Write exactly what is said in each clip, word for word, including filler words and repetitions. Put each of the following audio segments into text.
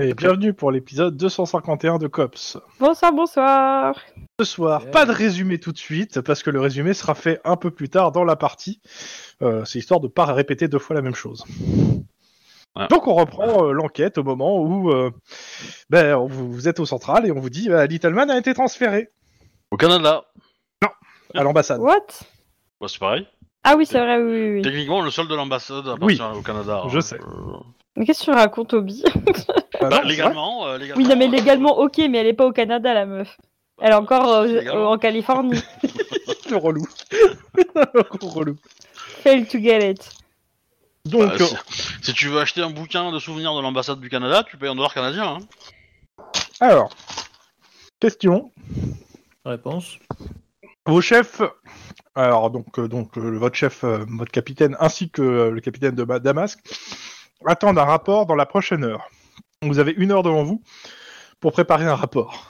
Et bienvenue pour l'épisode deux cent cinquante et un de Cops. Bonsoir, bonsoir. Ce soir, Yeah. pas de résumé tout de suite, parce que le résumé sera fait un peu plus tard dans la partie. Euh, c'est histoire de pas répéter deux fois la même chose. Ouais. Donc on reprend euh, l'enquête au moment où euh, ben, on- vous, vous êtes au central et on vous dit euh, Little Man a été transféré Au Canada. à l'ambassade. What? Bah, c'est pareil. Ah oui, c'est vrai, oui, oui, oui. Techniquement, le sol de l'ambassade Oui. appartient au Canada. Je hein. sais. Euh, Mais qu'est-ce que tu racontes, Obi? Ah bah, non, c'est légalement, euh, légalement. Oui, non, mais euh, légalement, ok, mais elle est pas au Canada, la meuf. Elle est encore euh, légalement. en Californie. vrai. Le relou. Le gros relou. Fail to get it. Donc, Bah, si, si tu veux acheter un bouquin de souvenirs de l'ambassade du Canada, tu payes en dollars canadiens. Hein. euh, alors, question. Réponse. Vos chefs, alors donc, euh, donc euh, votre chef, euh, votre capitaine, ainsi que euh, le capitaine de Ma- Damasque, attendent un rapport dans la prochaine heure. Vous avez une heure devant vous pour préparer un rapport.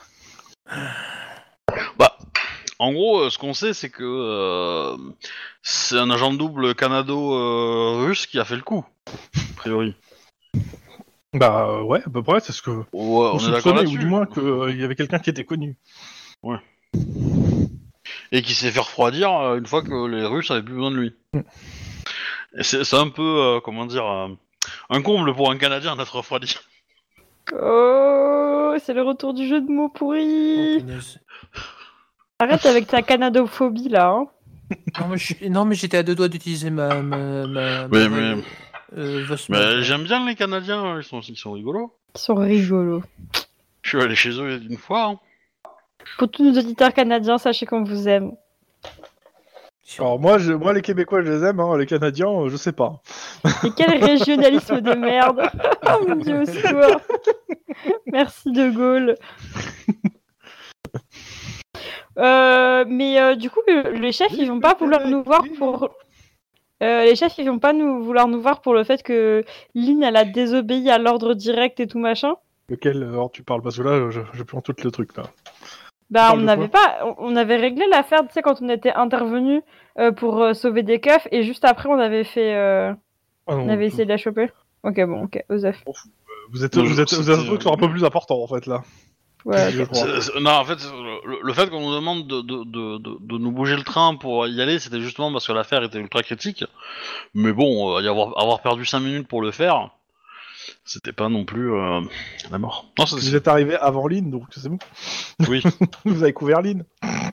Bah, en gros, euh, ce qu'on sait, c'est que euh, c'est un agent double canado-russe qui a fait le coup, a priori. Bah euh, ouais, à peu près, c'est ce que Ouais, on vous est d'accord soupçonnez, là-dessus. ou du moins qu'il y avait quelqu'un qui était connu. Et qui s'est fait refroidir euh, une fois que les Russes avaient plus besoin de lui. Mm. Et c'est, c'est un peu, euh, comment dire, euh, un comble pour un Canadien d'être refroidi. Oh, c'est le retour du jeu de mots Oh, pourri. punaise. Arrête avec ta canadophobie, là. Hein. non, mais je- non, mais j'étais à deux doigts d'utiliser ma. ma, ma, Mais- ma- mais- euh, Voss- Mais ma- j'aime bien les Canadiens, ils sont, ils sont rigolos. Ils sont rigolos. Je suis allé chez eux une fois. Hein. Pour tous nos auditeurs canadiens, sachez qu'on vous aime. Alors moi, je, moi les Québécois, je les aime, hein, les Canadiens, euh, je sais pas. Et quel régionalisme de merde. Oh mon dieu, au secours. Merci De Gaulle. Euh, mais euh, du coup, le- les chefs, ils vont pas vouloir nous voir pour... Euh, les chefs, ils vont pas nous vouloir nous voir pour le fait que Lynn, elle a désobéi à l'ordre direct et tout machin. Lequel alors tu parles parce que là, je, je prends tout le truc là. Bah, parles on de n'avait pas, on on avait réglé l'affaire, tu sais, quand on était intervenu euh, pour euh, sauver des keufs, et juste après, on avait fait, euh, Ah non, on avait essayé de la choper. Ok, bon, ok, Osef. vous êtes, Non, vous êtes, c'était, vous êtes un truc qui sont un peu euh, plus important en fait là. Ouais, Je ok. crois. C'est- c'est- non, en fait, le, le fait qu'on nous demande de, de, de, de, de nous bouger le train pour y aller, c'était justement parce que l'affaire était ultra critique. Mais bon, euh, y avoir, avoir perdu cinq minutes pour le faire, c'était pas non plus euh, la mort. Non, c'est, Vous êtes arrivé avant Lynn, donc c'est bon. oui. Vous avez couvert Lynn.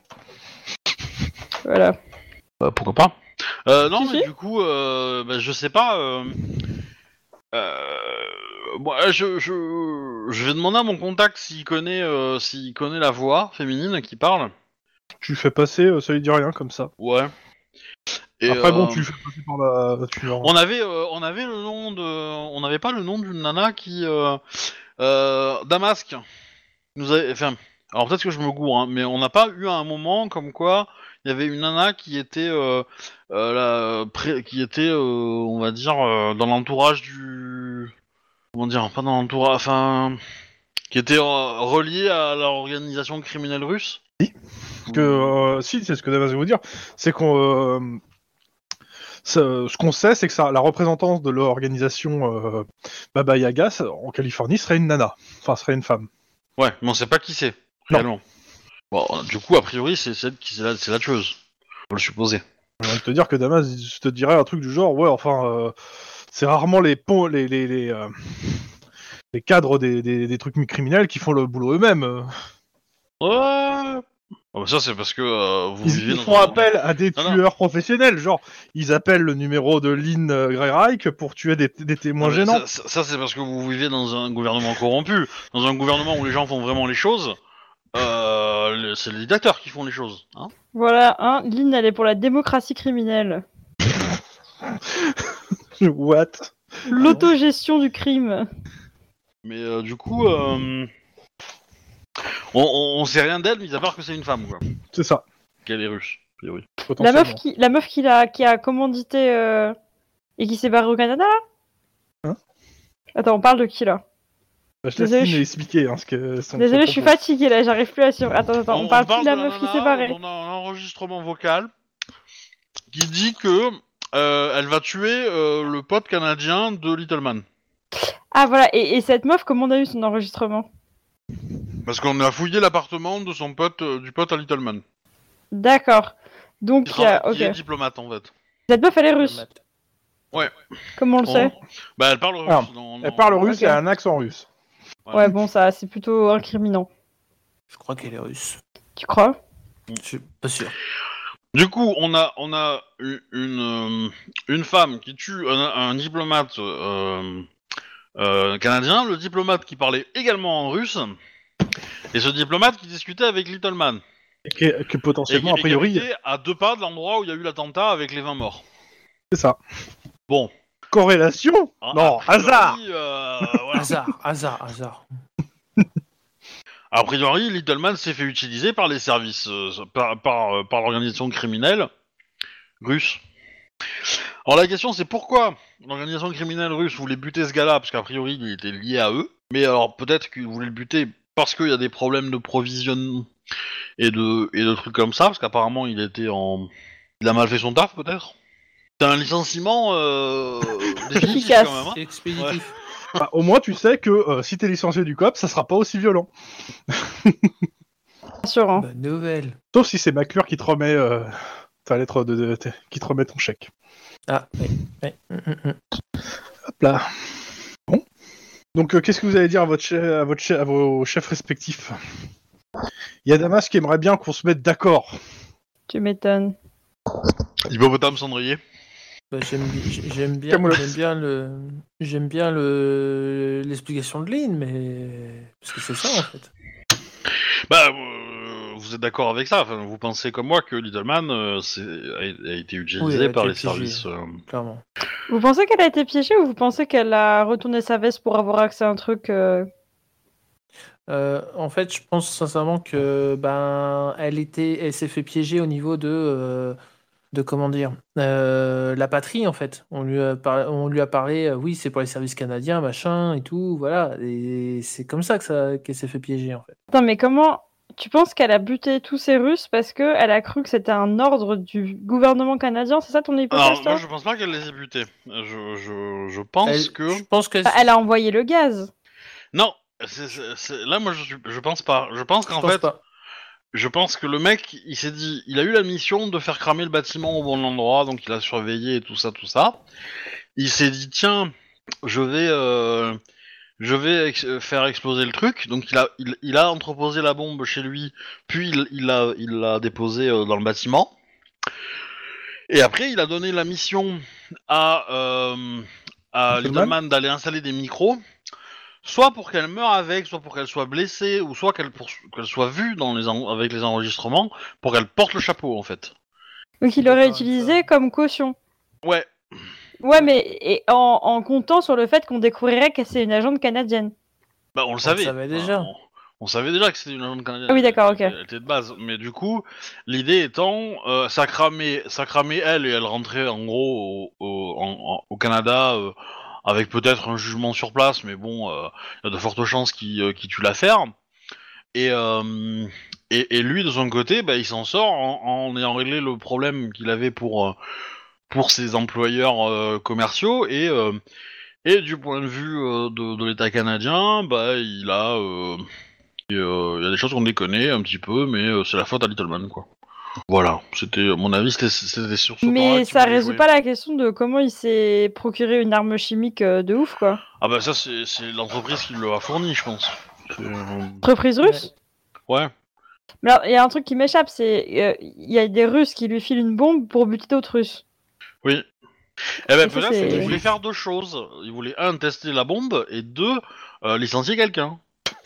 Voilà. Bah, pourquoi pas. Euh, non, Si, mais si. du coup, euh, bah, je sais pas. Euh, euh, moi, je, je, je vais demander à mon contact s'il connaît, euh, s'il connaît la voix féminine qui parle. Tu fais passer, euh, ça lui dit rien comme ça. Ouais. Et, Après bon, euh, tu fais passer par la. Tu... On avait, euh, on avait le nom de, on n'avait pas le nom d'une nana qui, euh, euh, Damasque, nous avait, enfin, alors peut-être que je me gourre, hein, mais on n'a pas eu à un moment comme quoi il y avait une nana qui était, euh, euh, la, pré- qui était, euh, on va dire, euh, dans l'entourage du, comment dire, pas dans l'entourage, enfin, qui était euh, reliée à l'organisation criminelle russe. Parce que euh, si, c'est ce que Damas veut vous dire, c'est qu'on. Euh, ça- ce qu'on sait, c'est que ça, la représentante de l'organisation euh, Baba Yaga ça, en Californie serait une nana, enfin serait une femme. Ouais, mais on sait pas qui c'est, Non. réellement. Bon, du coup, a priori, c'est celle qui, c'est la, c'est la tueuse, faut le supposer. J'ai envie de te dire que Damas, je te dirais un truc du genre, ouais, enfin, euh, c'est rarement les ponts, les les les, euh, les cadres des, des, des trucs criminels qui font le boulot eux-mêmes. euh. Ouais. Oh, bah ça c'est parce que euh, vous Ils, vivez ils dans font un- appel à des Non, non. tueurs professionnels, genre ils appellent le numéro de Lynn euh, Greyreich pour tuer des, des témoins Non, mais gênants. Ça, ça- ça, c'est parce que vous vivez dans un gouvernement corrompu, dans un gouvernement où les gens font vraiment les choses. Euh, le- c'est les dictateurs qui font les choses. Hein. Voilà, hein, Lynn, elle est pour la démocratie criminelle. What? L'autogestion du crime. Mais euh, du coup, euh, on, on, on sait rien d'elle, mis à part que c'est une femme, quoi. C'est ça, Qu'elle est russe, a priori. La potentiellement. meuf qui, la meuf qui, l'a, qui a commandité euh, et qui s'est barrée au Canada, là Hein? Attends, on parle de qui, là? Bah, je te laisse Désolé, Lynn je- expliquer hein, ce que son Désolée, son je suis propos. fatiguée, là, j'arrive plus à suivre. Attends, attends, on, parle plus de la meuf qui nana, s'est barrée. On a un enregistrement vocal qui dit que euh, elle va tuer euh, le pote canadien de Little Man. Ah voilà, et, et cette meuf, comment on a eu son enregistrement? Parce qu'on a fouillé l'appartement de son pote, euh, du pote à Littleman. D'accord. Donc, Qui, il y a- travaille- qui ok. est diplomate en fait. Cette meuf, elle est russe. Ouais. Comment on le On- sait? Bah elle parle russe. Ah, dans- Elle dans- parle russe Ok. et a un accent russe. Voilà. Ouais, bon, ça, c'est plutôt incriminant. Je crois qu'elle est russe. Tu crois? Je suis pas sûr. Du coup, on a, on a une, une, euh, une femme qui tue un, un diplomate euh, euh, canadien, le diplomate qui parlait également en russe, et ce diplomate qui discutait avec Littleman. Et que, que Et potentiellement, qui, a priori, et qui habitait à deux pas de l'endroit où il y a eu l'attentat avec les vingt morts. c'est ça. Bon. Corrélation? a- Non, a priori, hasard. euh, voilà. Hasard, hasard, hasard. A priori, Littleman s'est fait utiliser par les services, euh, par, par, euh, par l'organisation criminelle russe. Alors la question c'est pourquoi l'organisation criminelle russe voulait buter ce gars-là, parce qu'a priori il était lié à eux, mais alors peut-être qu'ils voulaient le buter parce qu'il y a des problèmes de provisionnement et de, et de trucs comme ça, parce qu'apparemment il était en... Il a mal fait son taf peut-être. C'est un licenciement euh, définitif Efficace. quand même. Hein. C'est expéditif. Bah, au moins, tu sais que euh, si t'es licencié du C O P, ça sera pas aussi violent. Rassurant. Bonne nouvelle. Sauf si c'est McClure qui te remet euh, ta lettre de, de- de- qui te remet ton chèque. Ah, oui. oui. Hum, hum, hum. Hop là. Bon. Donc, euh, qu'est-ce que vous allez dire à votre chef, à votre chef, à vos chefs respectifs? Il y a Damas qui aimerait bien qu'on se mette d'accord. Tu m'étonnes. Hippopotame cendrier. Bah, j'aime, bi- j'aime bien, Camelot. j'aime bien le, j'aime bien le, l'explication de Lynn, mais parce que c'est ça en fait. Bah euh, vous êtes d'accord avec ça, enfin, vous pensez comme moi que Littleman euh, c'est, a, a été utilisé Oui, elle a par été les piégée. services... euh, Clairement. Vous pensez qu'elle a été piégée ou vous pensez qu'elle a retourné sa veste pour avoir accès à un truc euh, Euh, en fait, je pense sincèrement que ben, elle était, elle s'est fait piéger au niveau de, euh, de comment dire, euh, la patrie en fait. On lui a par- on lui a parlé, euh, oui, c'est pour les services canadiens, machin et tout, voilà. Et c'est comme ça que ça, qu'elle s'est fait piéger en fait. Attends, mais comment tu penses qu'elle a buté tous ces Russes parce que elle a cru que c'était un ordre du gouvernement canadien? C'est ça ton hypothèse, Alors, toi? moi, je pense pas qu'elle les ait butés. Je, je, je pense Elle- que... Je pense qu'elle. Enfin, elle a envoyé le gaz. Non, c'est, c'est- c'est- là, moi, je, suis- je pense pas. Je pense Je qu'en pense fait, pas. je pense que le mec, il s'est dit... Il a eu la mission de faire cramer le bâtiment au bon endroit, donc il a surveillé et tout ça, tout ça. Il s'est dit, tiens, je vais... euh, je vais ex- faire exploser le truc. Donc, il a, il, il a entreposé la bombe chez lui, puis il, il l'a il l'a déposée euh, dans le bâtiment. Et après, il a donné la mission à, euh, à Littleman Littleman d'aller installer des micros, soit pour qu'elle meure avec, soit pour qu'elle soit blessée, ou soit qu'elle, pour- qu'elle soit vue dans les en- avec les enregistrements, pour qu'elle porte le chapeau, en fait. Donc il D'accord l'aurait avec utilisé ça. comme caution. Ouais. Ouais, mais et en, en comptant sur le fait qu'on découvrirait que c'est une agente canadienne. Bah, on le savait. savait déjà. On, on savait déjà que c'était une agente canadienne. Ah oui, d'accord, ok. Elle, elle était de base. Mais du coup, l'idée étant, euh, ça cramait, ça cramait elle et elle rentrait en gros au, au, en- en- au Canada euh, avec peut-être un jugement sur place, mais bon, euh, il y a de fortes chances qu'il euh, qu'il tue l'affaire. Et, euh, et, et lui, de son côté, bah, il s'en sort en, en ayant réglé le problème qu'il avait pour, euh, pour ses employeurs euh, commerciaux et... euh, et du point de vue euh, de, de l'État canadien, bah il a, euh, et, euh, il y a des choses qu'on déconne un petit peu, mais euh, c'est la faute à Littleman, quoi. Voilà, c'était à mon avis, c'était, c'était sur ce Mais temps-là qu'il ça voulait résout jouer. pas la question de comment il s'est procuré une arme chimique euh, de ouf, quoi. Ah bah ça c'est, c'est l'entreprise qui le a fourni, je pense. C'est, euh, Entreprise russe? Ouais. Mais alors, il y a un truc qui m'échappe, c'est euh, il y a des Russes qui lui filent une bombe pour buter d'autres Russes. Oui. Eh ben Et ça, peut-être c'est- qu'il voulait faire deux choses. Il voulait un tester la bombe et deux euh, licencier quelqu'un.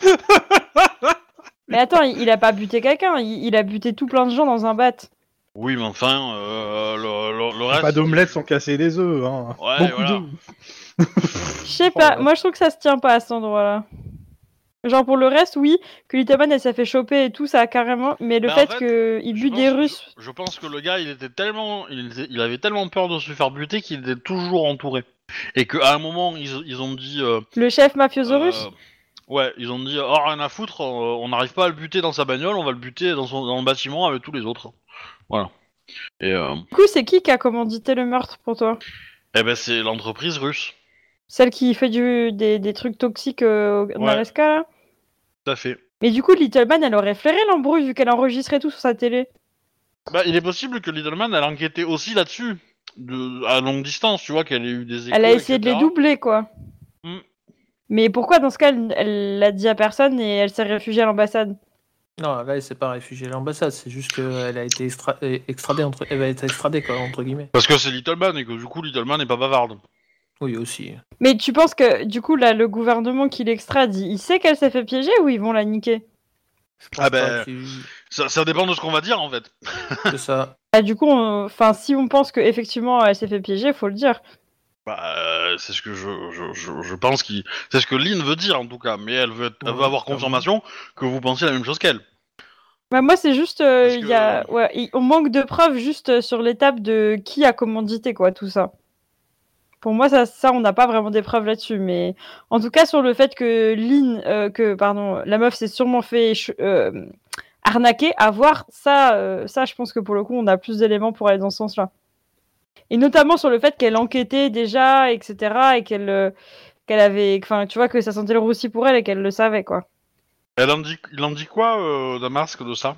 Mais attends, il, il a pas buté quelqu'un, il, il a buté tout plein de gens dans un bat. Oui, mais enfin, euh, le, le, le reste. Pas d'omelette sans casser les œufs. Hein. Ouais, Beaucoup voilà. d'œufs. Je sais pas, moi je trouve que ça se tient pas à cet endroit-là. Genre pour le reste, oui, que Littleman elle s'est fait choper et tout, ça a carrément. Mais le Bah, en fait, fait, qu'il Je bute pense- des Russes. Je, je pense que le gars, il était tellement, il, était- il avait tellement peur de se faire buter qu'il était toujours entouré. Et qu'à un moment, ils, ils ont dit. euh, Le chef mafioso euh, russe. Ouais, ils ont dit, oh rien à foutre, euh, on n'arrive pas à le buter dans sa bagnole, on va le buter dans, son, dans le bâtiment avec tous les autres. Voilà. Et euh, Du coup, c'est qui qui a commandité le meurtre pour toi? eh ben c'est l'entreprise russe. Celle qui fait du, des, des trucs toxiques euh, en Ouais. Alaska, là. Tout à fait. Mais du coup, Little Man, elle aurait flairé l'embrouille vu qu'elle enregistrait tout sur sa télé. Bah, il est possible que Littleman elle enquêté aussi là-dessus, de, à longue distance, tu vois, qu'elle ait eu des échos, Elle a essayé de les et cetera. doubler, quoi. Mm. Mais pourquoi, dans ce cas, elle, elle l'a dit à personne et elle s'est réfugiée à l'ambassade? Non, là, elle s'est pas réfugiée à l'ambassade, c'est juste qu'elle a été extra- euh, extradée, entre... elle va être extradée, quoi, entre guillemets. Parce que c'est Littleman et que du coup Littleman n'est pas bavarde. Oui, aussi. Mais tu penses que, du coup, là, le gouvernement qui l'extrade, il il sait qu'elle s'est fait piéger ou ils vont la niquer? Je pense Ah pas ben, qu'il- ça, ça dépend de ce qu'on va dire en fait. C'est ça. Ah, du coup, enfin, si on pense qu'effectivement elle s'est fait piéger, faut le dire. Bah, euh, c'est ce que je, je, je, je pense qu'il, c'est ce que Lynn veut dire en tout cas, mais elle veut, être- elle veut Ouais, avoir clairement. confirmation que vous pensez la même chose qu'elle. Bah, moi, c'est juste, euh, Parce il que- y a, ouais, il- on manque de preuves juste euh, sur l'étape de qui a commandité, quoi, tout ça. Pour moi, ça, ça on n'a pas vraiment des preuves là-dessus, mais en tout cas sur le fait que Lynn, euh, que pardon, la meuf s'est sûrement fait ch- euh, arnaquer, à voir ça, euh, ça, je pense que pour le coup, on a plus d'éléments pour aller dans ce sens-là. Et notamment sur le fait qu'elle enquêtait déjà, et cetera, et qu'elle, euh, qu'elle avait, enfin, tu vois que ça sentait le roussi pour elle et qu'elle le savait, quoi. Elle en dit, il en dit quoi, euh, Damasque, de ça?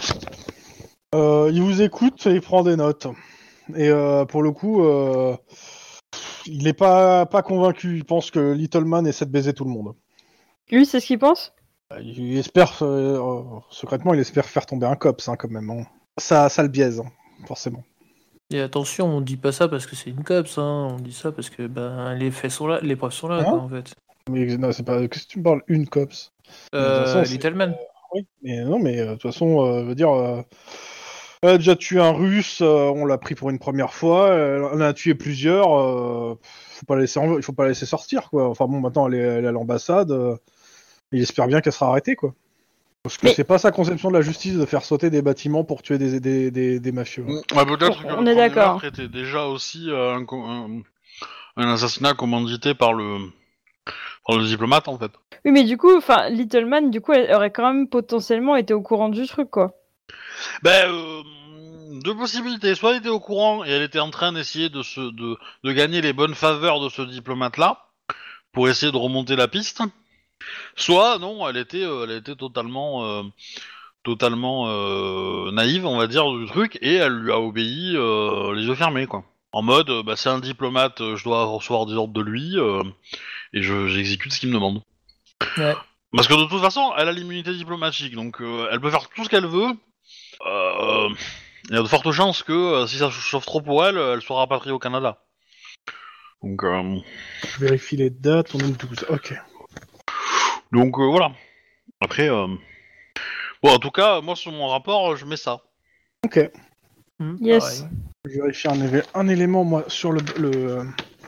Euh, il vous écoute et il prend des notes. Et euh, pour le coup, euh, il est pas, pas convaincu. Il pense que Little Man essaie de baiser tout le monde. Lui, c'est ce qu'il pense? Il espère, euh, euh, secrètement, il espère faire tomber un cops hein, quand même. Hein. Ça, ça le biaise, hein, forcément. Et attention, on dit pas ça parce que c'est une cops, hein. On dit ça parce que ben les faits sont là, les preuves sont là, Hein quoi, en fait. Mais non, c'est pas. Qu'est-ce que tu me parles? Une cops. Mais de toute Euh, façon, c'est- Little Man. Oui, mais non, mais euh, de toute façon, euh, veut dire, euh, elle a déjà tué un Russe, euh, on l'a pris pour une première fois, elle en a tué plusieurs, euh, faut pas la laisser, en- il faut pas la laisser sortir, quoi. Enfin bon, maintenant elle est, elle est à l'ambassade, euh, il espère bien qu'elle sera arrêtée, quoi. Parce que Mais- c'est pas sa conception de la justice de faire sauter des bâtiments pour tuer des, des, des, des mafieux. hein. Ouais, peut-être On- que on le est premier d'accord. meurtre était déjà aussi euh, un, co- un, un assassinat commandité par le, par le diplomate en fait. Oui, mais du coup, enfin, Little Man, du coup, elle aurait quand même potentiellement été au courant du truc, quoi. Ben, euh, deux possibilités. Soit elle était au courant et elle était en train d'essayer de, se, de, de gagner les bonnes faveurs de ce diplomate-là pour essayer de remonter la piste. Soit non, elle était, euh, elle était totalement, euh, totalement euh, naïve, on va dire, du truc et elle lui a obéi euh, les yeux fermés, quoi. En mode, euh, bah, c'est un diplomate, euh, je dois recevoir des ordres de lui euh, et je, j'exécute ce qu'il me demande. Ouais. Parce que de toute façon, elle a l'immunité diplomatique, donc euh, elle peut faire tout ce qu'elle veut. Euh, Il y a de fortes chances que euh, si ça chauffe trop pour elle, elle soit rapatriée au Canada. Donc, euh, Je vérifie les dates, on est le douze, ok. donc euh, voilà. Après, euh... bon, en tout cas, moi sur mon rapport, je mets ça. Ok, Hmm, Yes. pareil. je vérifie un, éve- un élément, moi, sur le... le...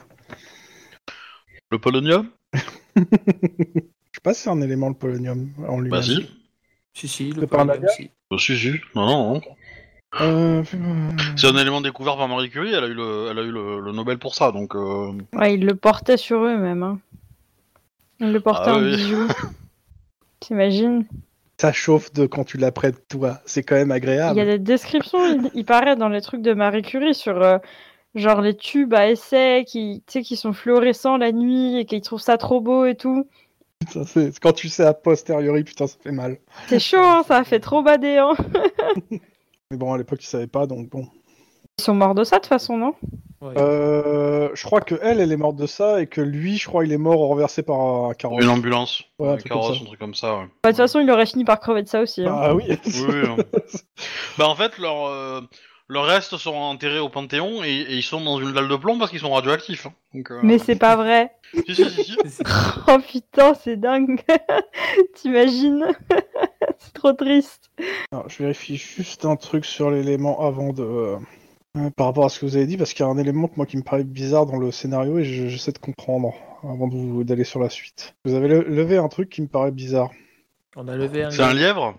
Le polonium. Je sais pas si c'est un élément, le polonium, en lui-même. Bah si. Si, si, le C'est pas un polonium, alliage si. Bah, si, si. Non, non, non. Euh... C'est un élément découvert par Marie Curie, elle a eu le, elle a eu le, le Nobel pour ça, donc... Euh... Ouais, ils le portaient sur eux, même. Hein. Ils le portaient Ah en oui. bijou. T'imagines? Ça chauffe de quand tu l'apprêtes, toi. C'est quand même Il y agréable. a des descriptions, il, il paraît, dans les trucs de Marie Curie sur euh, genre les tubes à essai qui, tu sais, qui sont fluorescents la nuit et qu'ils trouvent ça trop beau et tout. Putain, c'est- quand tu sais a posteriori, putain, ça fait mal. C'est chaud, hein, ça a fait trop bader. Hein. Mais bon, à l'époque, ils savaient pas, donc bon. Ils sont morts de ça, de toute façon, non? Ouais. Euh, je crois que elle, elle est morte de ça, et que lui, je crois, il est mort renversé par un carrosse. Une ambulance, Ouais, un un truc comme carrosse, ça. un truc comme ça, ouais. Bah, de toute façon, il aurait fini par crever de ça aussi. Hein. Ah oui. Oui, oui, hein. Bah en fait, leurs euh, leurs restes sont enterrés au Panthéon et, et ils sont dans une dalle de plomb parce qu'ils sont radioactifs. Hein. Donc, euh... Mais c'est pas vrai. Si, si, si, si. C'est- Oh putain, c'est dingue. T'imagines? C'est trop triste. Alors, je vérifie juste un truc sur l'élément avant de... euh, euh, par rapport à ce que vous avez dit, parce qu'il y a un élément que moi qui me paraît bizarre dans le scénario et je- j'essaie de comprendre avant de vous- d'aller sur la suite. Vous avez le- levé un truc qui me paraît bizarre. On a levé un C'est un lièvre.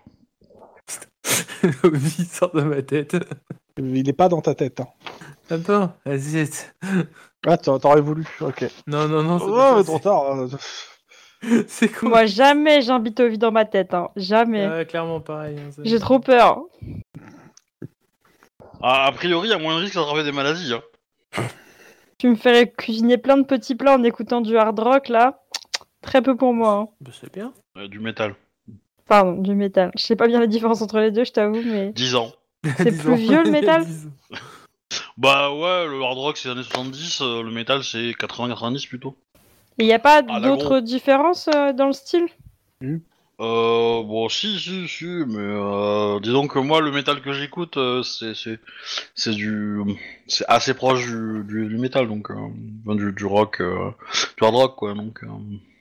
Le vie sort de ma tête. Il est pas dans ta tête. Hein. Ah bon, vas-y. Ah, t'a- t'aurais voulu, ok. Non, non, non, c'est Oh, pas mais ça, trop tard. euh, c'est- C'est quoi? Moi, jamais j'invite au vide dans ma tête. Hein. Jamais. Ouais, clairement pareil. hein, c'est- J'ai trop peur. Ah, a priori, il y a moins de risques d'attraper des maladies. Hein. tu me fais cuisiner plein de petits plats en écoutant du hard rock, là, très peu pour moi. Hein. Bah, c'est bien. Euh, du métal. Pardon, du métal. Je sais pas bien la différence entre les deux, je t'avoue, mais... dix ans. C'est plus vieux, le métal ? Bah ouais, le hard rock c'est les années soixante-dix, euh, le métal c'est quatre-vingts quatre-vingt-dix plutôt. Et y a pas Ah, d'autres d'accord. différences euh, dans le style ? Euh, bon, si, si, si, mais euh, disons que moi, le métal que j'écoute, euh, c'est, c'est, c'est du, c'est assez proche du, du, du métal, donc, euh, enfin, du, du rock, euh, du hard rock, quoi, donc. Euh...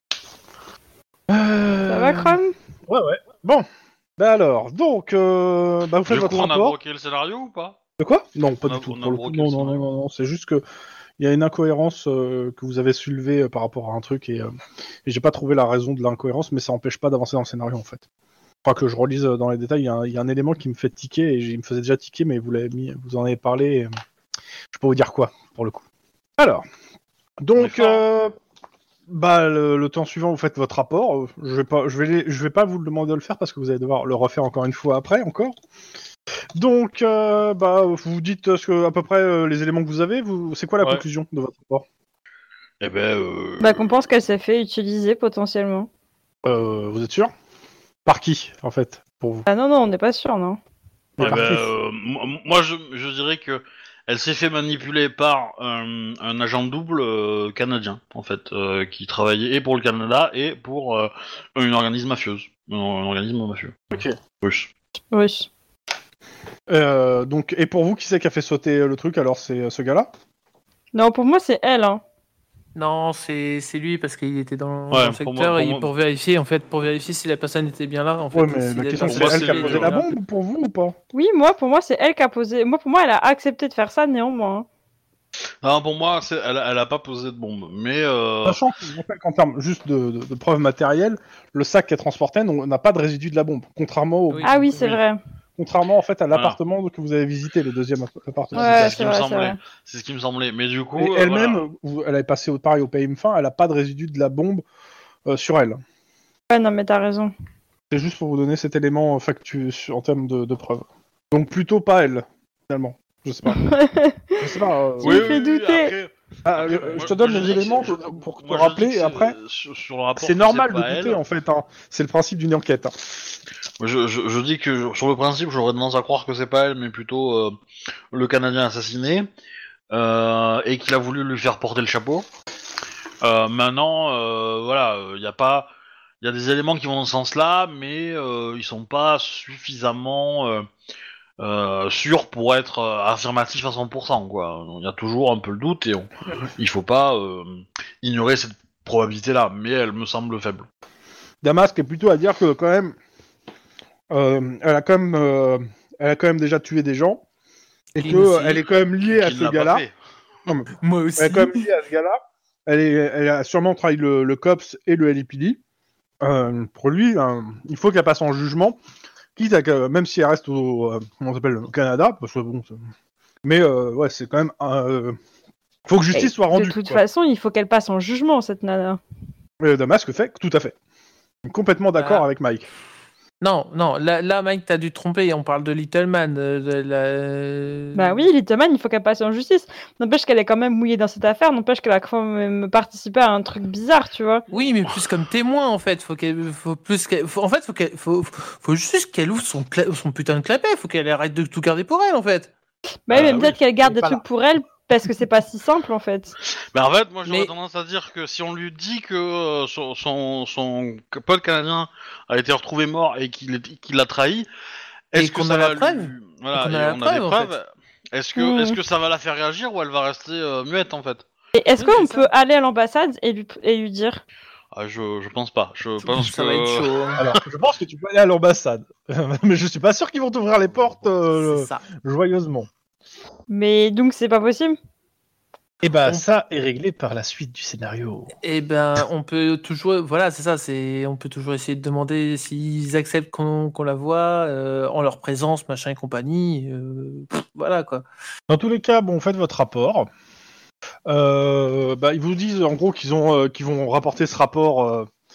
Ça va, Chrome ? Ouais, ouais. Bon. Bah alors, donc, euh, bah vous faites Du votre coup, on a rapport. bloqué le scénario ou pas? De quoi ? Non, pas On a- du tout. on a Pour le coup, broqué non, le non, non, scénario. non, non, c'est juste que il y a une incohérence euh, que vous avez soulevée euh, par rapport à un truc et, euh, et j'ai pas trouvé la raison de l'incohérence, mais ça empêche pas d'avancer dans le scénario en fait. Enfin que je relise euh, dans les détails, il y, a un- il y a un élément qui me fait tiquer et il me faisait déjà tiquer, mais vous l'avez mis, vous en avez parlé. Et, euh, je peux vous dire quoi pour le coup. Alors, donc, fort, hein. euh, bah le, le temps suivant, vous faites votre rapport. Euh, Je vais pas, je vais, les- je vais pas vous le demander de le faire parce que vous allez devoir le refaire encore une fois après encore. Donc, euh, bah, vous dites ce que, à peu près euh, les éléments que vous avez. Vous, c'est quoi la Ouais. conclusion de votre rapport ? Eh ben, euh... Bah, qu'on pense qu'elle s'est fait utiliser potentiellement. euh, Vous êtes sûr ? Par qui, en fait, pour vous ? Ah non, non, on n'est pas sûr, non. Mais eh par ben, qui ? euh, moi, moi, je, je dirais que elle s'est fait manipuler par un, un agent double euh, canadien, en fait, euh, qui travaillait et pour le Canada et pour euh, un organisme mafieuse, un, un organisme mafieux. Ok. Russe. Russe. Euh, donc, et pour vous, qui c'est qui a fait sauter le truc ? Alors, c'est euh, ce gars-là ? Non, pour moi, c'est elle, hein. Non, c'est c'est lui parce qu'il était dans, Ouais, dans le pour moi- secteur pour et moi- pour vérifier en fait pour vérifier si la personne était bien là en fait. Ouais, et mais si la question personne c'est moi, elle qui a c'est- posé la là. bombe pour vous ou pas ? Oui, moi, pour moi, c'est elle qui a posé... Moi, pour moi, elle a accepté de faire ça, néanmoins. hein. Non, pour moi, c'est- elle, a- elle a pas posé de bombe, mais euh, Sachant qu'en fait, qu'en termes juste de, de, de preuves matérielles, le sac qui est transporté on n'a pas de résidu de la bombe, contrairement au, Oui. Ah oui, c'est Oui. vrai. contrairement en fait à Voilà. l'appartement que vous avez visité, le deuxième app- appartement. Ouais, c'est ce c'est qui me vrai, c'est semblait. vrai. C'est ce qui me semblait. Mais du coup, Et euh, elle-même, voilà. vous- elle avait passé au pareil au P M fin, elle a pas de résidu de la bombe euh, sur elle. Ouais, non, mais t'as raison. C'est juste pour vous donner cet élément factuel en termes de, de preuves. Donc plutôt pas elle, finalement. Je sais pas. Je sais pas. euh, Tu me fais douter. après- ah, après, euh, je moi- te donne moi, les dis que éléments c'est- pour, pour te moi, je dis rappeler que et c'est- après. sur, sur le rapport, C'est que normal c'est de pas douter elle. en fait. Hein. C'est le principe d'une enquête. Hein. Moi, Je, je, je dis que sur le principe, j'aurais tendance à croire que c'est pas elle, mais plutôt euh, le Canadien assassiné euh, et qu'il a voulu lui faire porter le chapeau. Euh, maintenant, euh, voilà, il y a pas, il y a des éléments qui vont dans ce sens-là, mais euh, ils sont pas suffisamment euh, euh, sûrs pour être euh, affirmatifs à cent pour cent, quoi. Il y a toujours un peu le doute et on, il faut pas euh, ignorer cette probabilité-là, mais elle me semble faible. Damasque est plutôt à dire que quand même, euh, elle a quand même, euh, elle a quand même déjà tué des gens et Qui que aussi. euh, elle est quand même liée à Qu'il ce n'a pas gars-là. fait. Non, mais Moi aussi. elle est quand même liée à ce gars-là. Elle, est, elle a sûrement trahi le, le cops et le L A P D. Euh, pour lui, euh, il faut qu'elle passe en jugement, quitte à que, même si elle reste au, euh, comment ça s'appelle, au Canada, parce que bon, c'est- mais euh, ouais, c'est quand même, euh, faut que justice Et soit rendue. de toute quoi. façon, il faut qu'elle passe en jugement, cette nana. Et Damasque fait tout à fait. Complètement d'accord Ah. avec Mike. Non, non, là, là Mike, t'as dû te tromper. On parle de Little Man. euh, de la- Bah oui, Littleman, il faut qu'elle passe en justice. N'empêche qu'elle est quand même mouillée dans cette affaire, n'empêche qu'elle a quand même participé à un truc bizarre, tu vois. Oui, mais plus comme témoin en fait. Faut qu'elle, faut plus qu'elle, faut- en fait, faut qu'elle, faut, faut juste qu'elle ouvre son, cla- son putain de clapet. Faut qu'elle arrête de tout garder pour elle en fait. Bah Ah, oui, mais oui, peut-être qu'elle garde elle est des pas trucs là. pour elle, parce que c'est pas si simple, en fait. Mais en fait, moi j'aurais Mais- tendance à dire que si on lui dit que euh, son, son, son pote canadien a été retrouvé mort et qu'il est- qu'il l'a trahi, Et est-ce que qu'on ça a la va preuve. lui... Voilà, Et qu'on a et la on preuve, des en preuves. Est-ce que, Mmh. est-ce que ça va la faire réagir ou elle va rester euh, muette en fait? Et est-ce Oui, qu'on c'est peut ça. aller à l'ambassade et lui, et lui dire ah, je, je pense pas. Je pense ça que... va être chaud. hein. Alors, je pense que tu peux aller à l'ambassade, mais je suis pas sûr qu'ils vont t'ouvrir les portes euh, C'est ça. joyeusement. Mais donc, c'est pas possible. Et bah On- ça est réglé par la suite du scénario. Eh ben, on peut toujours, voilà, c'est ça, c'est, on peut toujours essayer de demander s'ils acceptent qu'on, qu'on la voit euh, en leur présence, machin et compagnie. euh, pff, voilà quoi. Dans tous les cas, bon, faites votre rapport. Euh, bah, ils vous disent en gros qu'ils ont, euh, qu'ils vont rapporter ce rapport euh,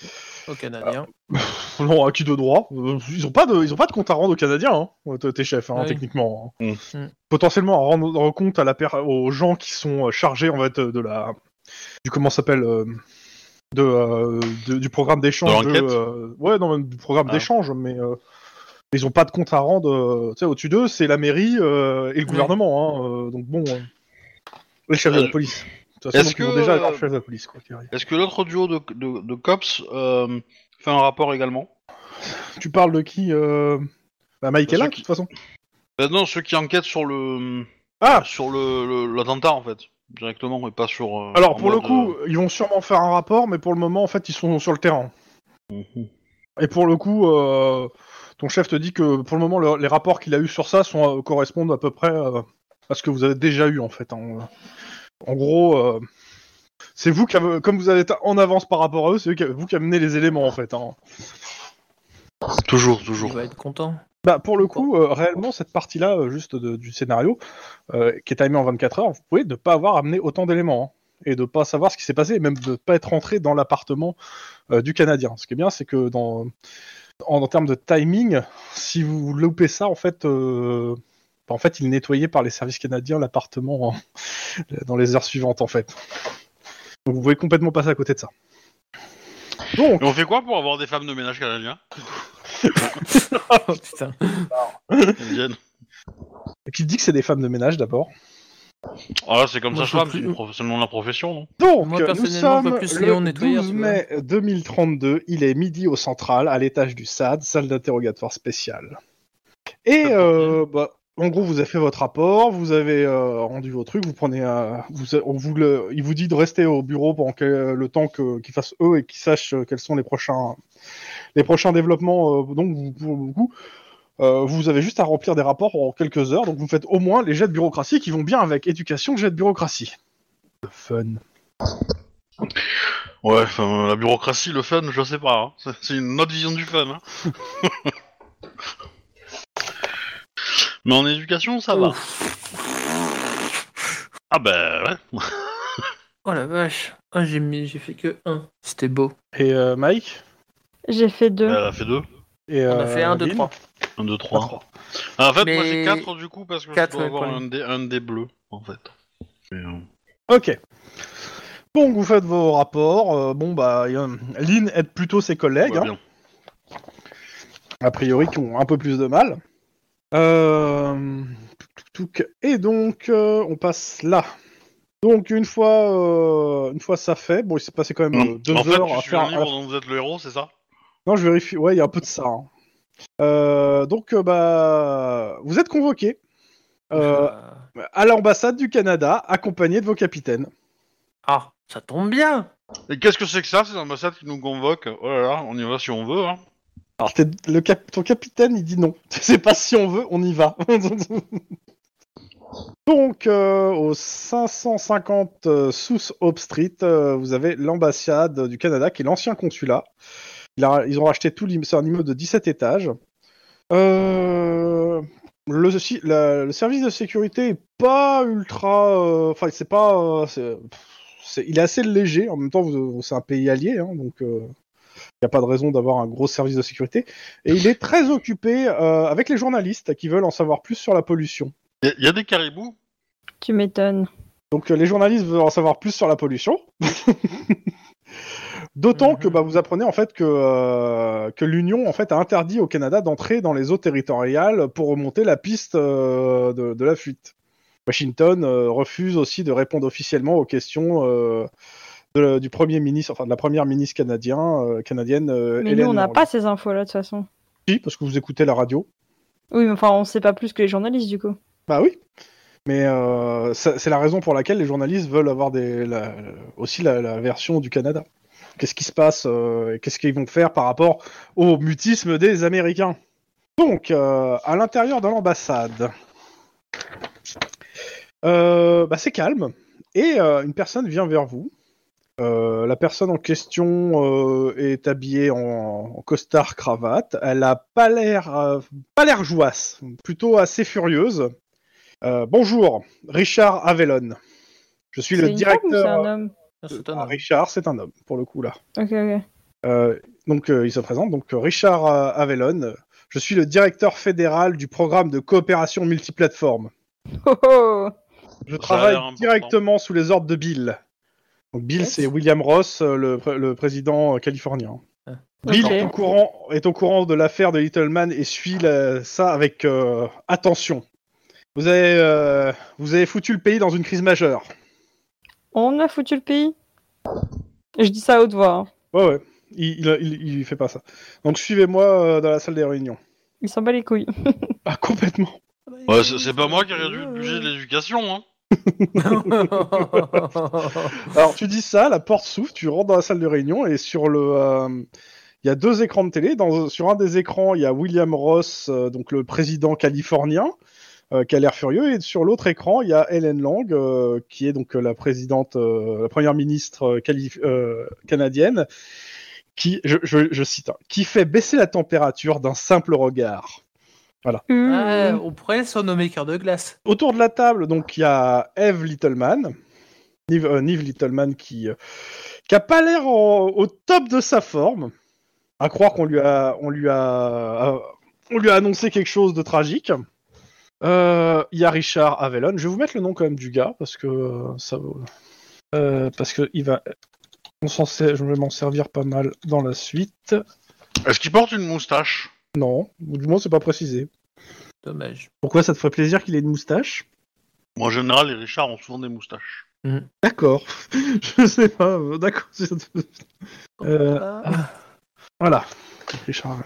aux Canadiens. Non, acquis de droit. Euh, Ils ont pas de, ils ont pas de compte à rendre aux Canadiens, hein, t- tes chefs, hein, Oui. techniquement. Mm. Mm. Potentiellement à rendre compte à la per- aux gens qui sont chargés en fait de la, du comment ça s'appelle, euh, de, euh, de- du programme d'échange. De l'enquête euh, ouais, non, même du programme Ah. d'échange, mais euh, ils ont pas de compte à rendre. euh, Tu sais, au-dessus d'eux, c'est la mairie euh, et le Oui. gouvernement. Hein, euh, donc bon, euh, le chef de la Euh, police. De toute façon, est-ce donc, ils ont que, déjà euh, leur chef de la police, quoi qu'il arrive. Est-ce que l'autre duo de, de, de cops euh, fait un rapport également? Tu parles de qui euh... Bah, Mike est là, Ceux de qui- toute façon. Ben non, ceux qui enquêtent sur le Ah sur le, le- l'attentat en fait, directement, et pas sur. euh, Alors, en pour le mode, coup, ils vont sûrement faire un rapport, mais pour le moment, en fait, ils sont sur le terrain. euh, mhm. Et pour le coup, euh, ton chef te dit que pour le moment, le- les rapports qu'il a eu sur ça sont, euh, correspondent à peu près euh, à ce que vous avez déjà eu, en fait. En, en gros, euh, c'est vous qui avez, comme vous avez été en avance par rapport à eux, c'est eux qui- vous qui amenez les éléments, en fait. Hein. Toujours, Il toujours. va être content. Bah, pour le coup, euh, réellement, cette partie-là, euh, juste de- du scénario, euh, qui est timée en vingt-quatre heures, vous pouvez ne pas avoir amené autant d'éléments. Hein, et de pas savoir ce qui s'est passé, et même de pas être rentré dans l'appartement euh, du Canadien. Ce qui est bien, c'est que dans, en, en termes de timing, si vous loupez ça, en fait, euh, bah, en fait, il est nettoyé par les services canadiens l'appartement hein, dans les heures suivantes, en fait. Donc vous pouvez complètement passer à côté de ça. Donc, Et on fait quoi pour avoir des femmes de ménage canadiens? Oh putain. Elles viennent. qui dit que c'est des femmes de ménage d'abord. Ah là, c'est comme Moi, ça, je femme, veux c'est plus- une prof- c'est le nom de la profession, non? Donc, Moi, nous personnellement, je vois sommes plus Léon le nettoyeur, douze tu vois. mai deux mille trente-deux, il est midi au Central, à l'étage du S A D, salle d'interrogatoire spéciale. Et, Quel euh, bah, en gros, vous avez fait votre rapport, vous avez euh, rendu vos trucs, vous prenez, euh, vous, on vous le, il vous dit de rester au bureau pendant que, le temps que, qu'ils fassent eux et qu'ils sachent euh, quels sont les prochains, les prochains développements. Euh, donc, vous, pour le coup, euh, vous avez juste à remplir des rapports en quelques heures, donc vous faites au moins les jets de bureaucratie qui vont bien avec éducation, jets de bureaucratie. Le fun. Ouais, enfin, la bureaucratie, le fun, je sais pas. Hein. C'est- C'est une autre vision du fun. Hein. Mais en éducation, ça va. Ah bah ouais. Oh la vache. Ah, j'ai mis... j'ai fait que un. C'était beau. Et euh, Mike J'ai fait deux. Elle a fait deux. et, On a euh, fait un, deux, Lynn trois. Un, deux, Ah, trois. trois. Ah, en fait, Mais- moi j'ai quatre du coup parce que Quatre, je dois ouais, avoir pour un lui. des, un des bleus, en fait. Mais, euh, Ok. Donc vous faites vos rapports. euh, bon bah, y a- Lynn aide plutôt ses collègues, ouais, hein, bien. a priori qui ont un peu plus de mal. Euh... touc, touc. Et donc euh, on passe là. Donc une fois, euh, une fois ça fait, bon il s'est passé quand même euh, deux en fait, heures tu à suis faire. un livre dont vous êtes le héros, c'est ça? Non, je vérifie. Ouais, il y a un peu de ça. Hein. Euh, donc euh, bah, vous êtes convoqué euh, Euh, à l'ambassade du Canada, accompagné de vos capitaines. Ah, ça tombe bien. Et qu'est-ce que c'est que ça? C'est l'ambassade qui nous convoque. Oh là là, on y va si on veut. Hein. Alors t'es- le cap- ton capitaine il dit non. C'est pas si on veut, on y va. Donc euh, au cinq cent cinquante euh, South Hope Street, euh, vous avez l'ambassade du Canada qui est l'ancien consulat. Il a- ils ont racheté tout l'immeuble, c'est un immeuble de dix-sept étages. Euh, le, si- la- le service de sécurité est pas ultra, euh, enfin c'est pas, euh, c'est- c'est- il est assez léger. En même temps, vous- c'est un pays allié, hein, donc. Euh, il n'y a pas de raison d'avoir un gros service de sécurité. Et il est très occupé euh, avec les journalistes qui veulent en savoir plus sur la pollution. Il y, y a des caribous? Tu m'étonnes. Donc euh, les journalistes veulent en savoir plus sur la pollution. D'autant que bah, vous apprenez en fait que, euh, que l'Union en fait a interdit au Canada d'entrer dans les eaux territoriales pour remonter la piste euh, de, de la fuite. Washington euh, refuse aussi de répondre officiellement aux questions euh, de- du premier ministre, enfin de la première ministre canadien, euh, canadienne. Euh, Mais Hélène nous, on n'a Lorly. pas ces infos-là, de toute façon. Si, parce que vous écoutez la radio. Oui, mais enfin, on sait pas plus que les journalistes, du coup. Bah oui. Mais euh, ça- c'est la raison pour laquelle les journalistes veulent avoir des, la- aussi la, la version du Canada. Qu'est-ce qui se passe euh, et qu'est-ce qu'ils vont faire par rapport au mutisme des Américains. Donc, euh, à l'intérieur de l'ambassade, euh, bah, c'est calme et euh, une personne vient vers vous. Euh, la personne en question euh, est habillée en, en costard cravate. Elle a pas l'air euh, pas l'air jouasse, plutôt assez furieuse. Euh, bonjour, Richard Avellone. Je suis C'est le une femme ou c'est directeur. un homme? Ah, c'est un Ah, homme. Richard, c'est un homme pour le coup là. Ok, ok. Euh, Donc euh, il se présente, donc Richard euh, Avellone, je suis le directeur fédéral du programme de coopération multiplateforme. Oh, oh. Je Ça a travaille l'air important. directement sous les ordres de Bill. Donc Bill, Yes. c'est William Ross, euh, le, pr- le président euh, californien. Ah. Bill Ok. est, au courant, est au courant de l'affaire de Little Man et suit la- ça avec euh, attention. Vous avez, euh, vous avez foutu le pays dans une crise majeure. On a foutu le pays. Je dis ça à haute voix. Hein. Ouais, ouais, il, il, il, il fait pas ça. Donc suivez-moi euh, dans la salle des réunions. Il s'en bat les couilles. Ah, complètement. Ouais, c'est c'est pas moi qui ai réduit le budget de l'éducation, hein. Alors tu dis ça, la porte s'ouvre, tu rentres dans la salle de réunion et sur le... euh, il y a deux écrans de télé. Dans, sur un des écrans, il y a William Ross, euh, donc le président californien, euh, qui a l'air furieux. Et sur l'autre écran, il y a Helen Lang, euh, qui est donc la présidente, euh, la première ministre euh, cali- euh, canadienne, qui, je, je, je cite, hein, qui fait baisser la température d'un simple regard. Mmh. Ah, on pourrait le surnommer cœur de glace. Autour de la table, donc il y a Eve Littleman, Nive, euh, Nive Littleman qui, euh, qui a pas l'air en- au top de sa forme. À croire qu'on lui a, on lui a, euh, on lui a annoncé quelque chose de tragique. Euh, Il y a Richard Avellone. Je vais vous mettre le nom quand même du gars parce que euh, ça, vaut- euh, parce que il va, on s'en sert- je vais m'en servir pas mal dans la suite. Est-ce qu'il porte une moustache? Non, ou du moins c'est pas précisé. Dommage. Pourquoi ça te ferait plaisir qu'il ait une moustache? Moi, en général, les Richards ont souvent des moustaches. D'accord. Je sais pas. euh, D'accord. Euh, Ah. Voilà. Richard.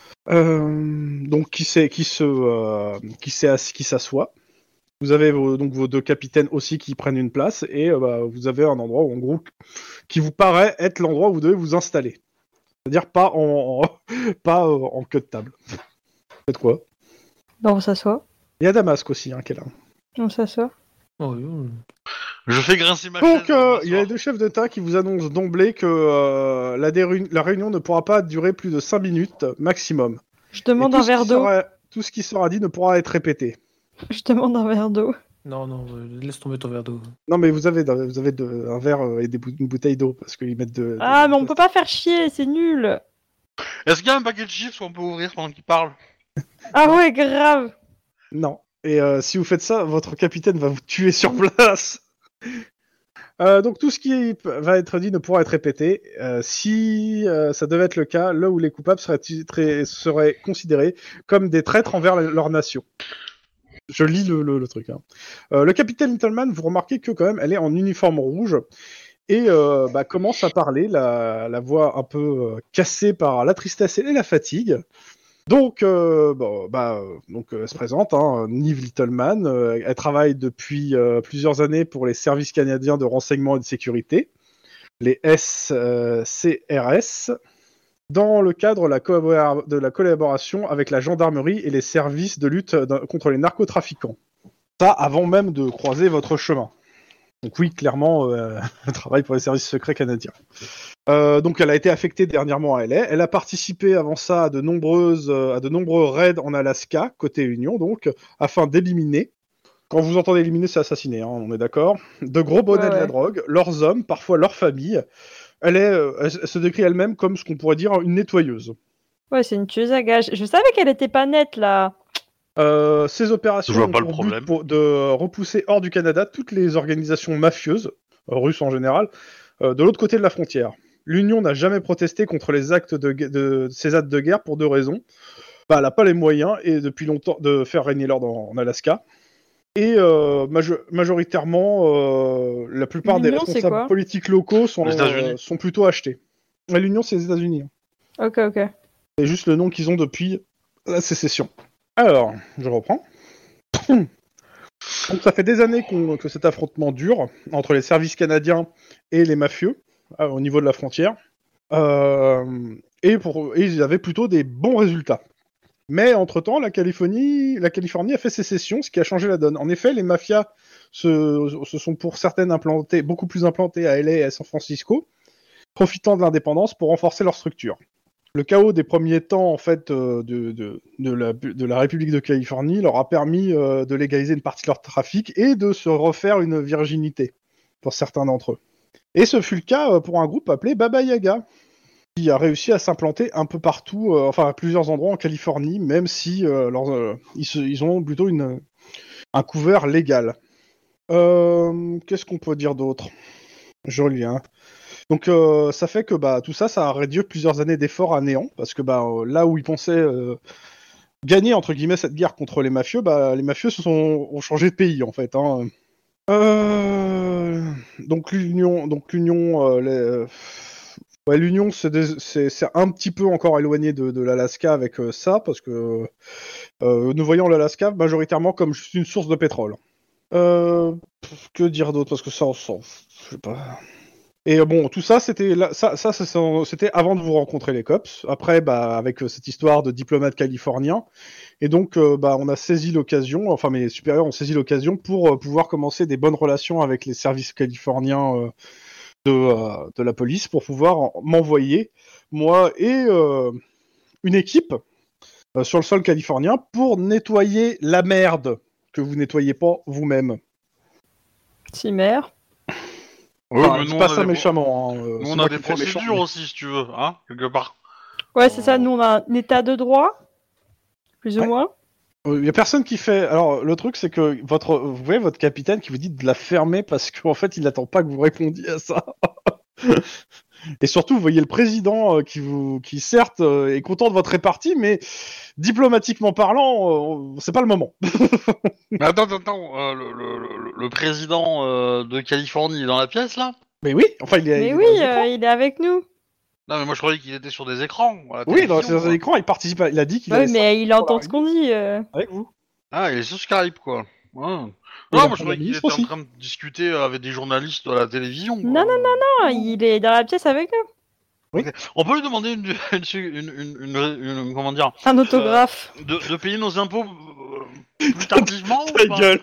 Euh, donc qui c'est qui se euh, qui s'est assis- qui s'assoit. Vous avez vos, donc vos deux capitaines aussi qui prennent une place et euh, bah, vous avez un endroit où, en gros qui vous paraît être l'endroit où vous devez vous installer. C'est-à-dire pas en, en- pas euh, en queue de table. Faites quoi? Bon, on s'assoit. Il y a Damasque aussi hein, qui est là. On s'assoit. Oh, oui, oui. Je fais grincer ma Donc chaise. euh, pour il y a les m'asseoir. deux chefs d'État qui vous annoncent d'emblée que euh, la, déru- la réunion ne pourra pas durer plus de cinq minutes maximum. Je Et demande tout un ce verre qui d'eau. sera- Tout ce qui sera dit ne pourra être répété. Je demande un verre d'eau. Non, non, euh, laisse tomber ton verre d'eau. Non, mais vous avez, vous avez de- un verre euh, et des bou- une bouteille d'eau parce qu'ils mettent de. Ah, de- mais on peut pas faire chier, c'est nul. Est-ce qu'il y a un paquet de chiffres qu'on peut ouvrir pendant qu'il parle? Ah ouais, grave. Non. Et euh, si vous faites ça, votre capitaine va vous tuer sur place. Euh, donc tout ce qui va être dit ne pourra être répété. Euh, si euh, ça devait être le cas, là où les coupables seraient, très- seraient considérés comme des traîtres envers la- leur nation. Je lis le, le- le truc. Hein. Euh, le capitaine Littleman, vous remarquez que quand même, elle est en uniforme rouge et euh, bah, commence à parler, la, la voix un peu euh, cassée par la tristesse et la fatigue. Donc, euh, bon, bah, euh, donc euh, elle se présente, hein, Nive Littleman. Euh, elle travaille depuis euh, plusieurs années pour les services canadiens de renseignement et de sécurité, les S C R S, dans le cadre de la, collabora- de la collaboration avec la gendarmerie et les services de lutte d'un- contre les narcotrafiquants. Ça, avant même de croiser votre chemin. Donc oui, clairement, euh, elle travaille pour les services secrets canadiens. Euh, donc elle a été affectée dernièrement à L A. Elle a participé avant ça à de nombreuses, euh, à de nombreux raids en Alaska, côté Union donc, afin d'éliminer. Quand vous entendez éliminer, c'est assassiner, hein, on est d'accord. De gros bonnets Ouais, de la ouais. drogue, leurs hommes, parfois leurs familles. Elle, est, euh, elle se décrit elle-même comme ce qu'on pourrait dire une nettoyeuse. Ouais, c'est une tueuse à gages. Je savais qu'elle était pas nette, là. Euh, ces opérations Je vois ont pas le pour but problème. pour- de repousser hors du Canada toutes les organisations mafieuses, euh, russes en général, euh, de l'autre côté de la frontière. L'Union n'a jamais protesté contre les actes de, gue- de ces actes de guerre pour deux raisons. Bah, elle n'a pas les moyens et depuis longtemps de faire régner l'ordre en, en Alaska. Et euh, majo- majoritairement, euh, la plupart des L'Union, c'est responsables quoi politiques locaux sont, Les États-Unis. euh, sont plutôt achetés. Et L'Union, c'est les États-Unis. hein. Ok, ok. C'est juste le nom qu'ils ont depuis la sécession. Alors, je reprends. Donc ça fait des années qu'on- que cet affrontement dure entre les services canadiens et les mafieux euh, au niveau de la frontière. Euh, et, pour, et ils avaient plutôt des bons résultats. Mais entre-temps, la Californie, la Californie a fait sécession, ce qui a changé la donne. En effet, les mafias se, se sont pour certaines implantées, beaucoup plus implantées à L A et à San Francisco, profitant de l'indépendance pour renforcer leur structure. Le chaos des premiers temps en fait euh, de, de, de, la, de la République de Californie leur a permis euh, de légaliser une partie de leur trafic et de se refaire une virginité pour certains d'entre eux. Et ce fut le cas euh, pour un groupe appelé Baba Yaga. qui a réussi à s'implanter un peu partout, euh, enfin à plusieurs endroits en Californie, même si euh, leur, euh, ils, se, ils ont plutôt une, un couvert légal. Euh, qu'est-ce qu'on peut dire d'autre ? Joli, hein. Donc euh, ça fait que bah, tout ça, ça a réduit plusieurs années d'efforts à néant, parce que bah, euh, là où ils pensaient euh, gagner entre guillemets cette guerre contre les mafieux, bah, les mafieux se sont, ont changé de pays en fait. Hein. Euh... Donc l'union, donc l'union, euh, les... ouais, l'union, c'est, des... c'est, c'est un petit peu encore éloigné de, de l'Alaska avec euh, ça, parce que euh, nous voyons l'Alaska majoritairement comme juste une source de pétrole. Euh... Que dire d'autre, parce que ça, on s'en, je sais pas. Et bon, tout ça, c'était là, ça, ça, c'était avant de vous rencontrer les cops. Après, bah, avec euh, cette histoire de diplomate californien, et donc, euh, bah, on a saisi l'occasion. Enfin, mes supérieurs ont saisi l'occasion pour euh, pouvoir commencer des bonnes relations avec les services californiens euh, de, euh, de la police pour pouvoir en, m'envoyer moi et euh, une équipe euh, sur le sol californien pour nettoyer la merde que vous nettoyez pas vous-même. Cimer. Oui, Enfin, mais je nous, dis pas on a ça des... méchamment. Hein. Nous, C'est on moi a qui des me fais méchant, procédures mais... aussi, si tu veux, hein, quelque part. Ouais, c'est ça, nous on a un état de droit, plus ou Ouais. moins. Il y a personne qui fait. Alors le truc c'est que votre, vous voyez votre capitaine qui vous dit de la fermer parce qu'en fait il n'attend pas que vous répondiez à ça. Et surtout vous voyez le président euh, qui vous, qui certes euh, est content de votre répartie, mais diplomatiquement parlant, euh, c'est pas le moment. Mais attends, attends, attends, euh, le, le, le, le président euh, de Californie est dans la pièce, là? Mais oui, enfin il est, Mais il est oui, dans les écrans. euh, il est avec nous. Non, mais moi, je croyais qu'il était sur des écrans, à la Oui, dans télévision, ses quoi. écrans, il participe. À... Il a dit qu'il Ouais, allait mais il sortir entend pour ce la qu'on dit. euh. avec vous. Ah, il est sur Skype, quoi. Ouais. Et Non, il a moi, je pas croyais de qu'il ministre était en aussi. train de discuter avec des journalistes de la télévision. quoi. Non, non, non, non, il est dans la pièce avec nous. Oui. Ok. On peut lui demander une, une, une, une, une- une- comment dire, Un autographe. de, de payer nos impôts euh, plus tardivement ou Ta pas? gueule.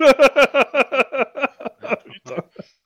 Putain.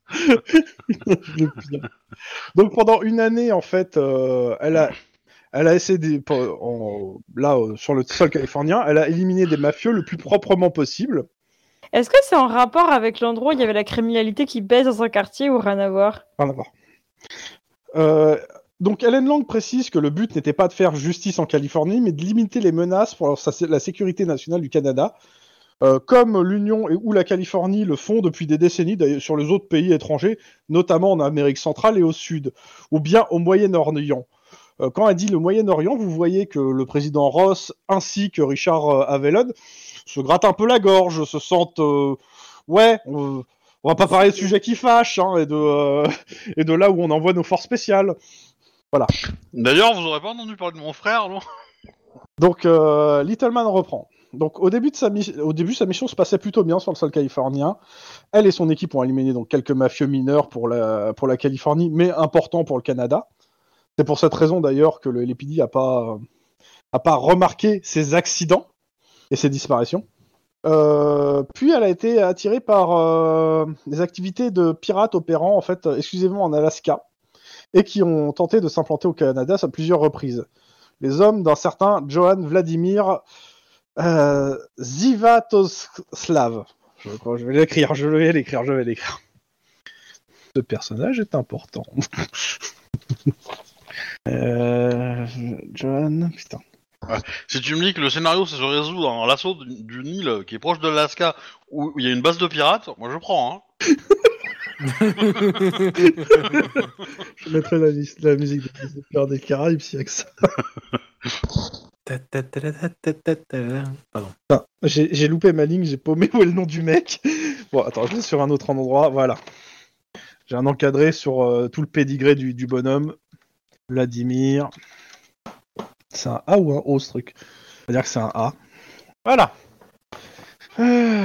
Le pire. Donc pendant une année, en fait, euh, elle a, elle a essayé des, en, là euh, sur le sol californien, elle a éliminé des mafieux le plus proprement possible. Est-ce que c'est en rapport avec l'endroit où il y avait la criminalité qui baisse dans un quartier ou rien à voir? Rien à voir. Euh, donc Hélène Lang précise que le but n'était pas de faire justice en Californie, mais de limiter les menaces pour la, la sécurité nationale du Canada. Euh, comme l'Union et ou la Californie le font depuis des décennies d'ailleurs, sur les autres pays étrangers, notamment en Amérique centrale et au Sud, ou bien au Moyen-Orient. Euh, quand elle dit le Moyen-Orient, vous voyez que le président Ross ainsi que Richard euh, Avedon se grattent un peu la gorge, se sentent... Euh, ouais, on, on va pas parler de sujets qui fâchent, hein, et, de, euh, et de là où on envoie nos forces spéciales. Voilà. D'ailleurs, vous aurez pas entendu parler de mon frère, non? Donc, euh, Littleman reprend. Donc, au début, de sa mi- au début, sa mission se passait plutôt bien sur le sol californien. Elle et son équipe ont éliminé donc, quelques mafieux mineurs pour la, pour la Californie, mais importants pour le Canada. C'est pour cette raison, d'ailleurs, que le L A P D n'a pas, a pas remarqué ces accidents et ces disparitions. Euh, puis, elle a été attirée par euh, des activités de pirates opérant, en fait, exclusivement en Alaska, et qui ont tenté de s'implanter au Canada à plusieurs reprises. Les hommes d'un certain Johann Vladimir euh, Zivatoslav. Je, je vais l'écrire, je vais l'écrire, je vais l'écrire. Ce personnage est important. euh, Johann, putain. Ouais. Si tu me dis que le scénario ça se résout dans l'assaut du, du Nil qui est proche de l'Alaska où il y a une base de pirates, moi je prends. Hein. Je mettrai la, liste, la musique de Pirates des Caraïbes s'il y a que ça. Pardon. Enfin, j'ai, j'ai loupé ma ligne, j'ai paumé où est le nom du mec. Bon, attends, je l'ai sur un autre endroit, voilà. J'ai un encadré sur euh, tout le pédigré du, du bonhomme. Vladimir. C'est un A ou un O ce truc? On va dire que c'est un A. Voilà. Euh...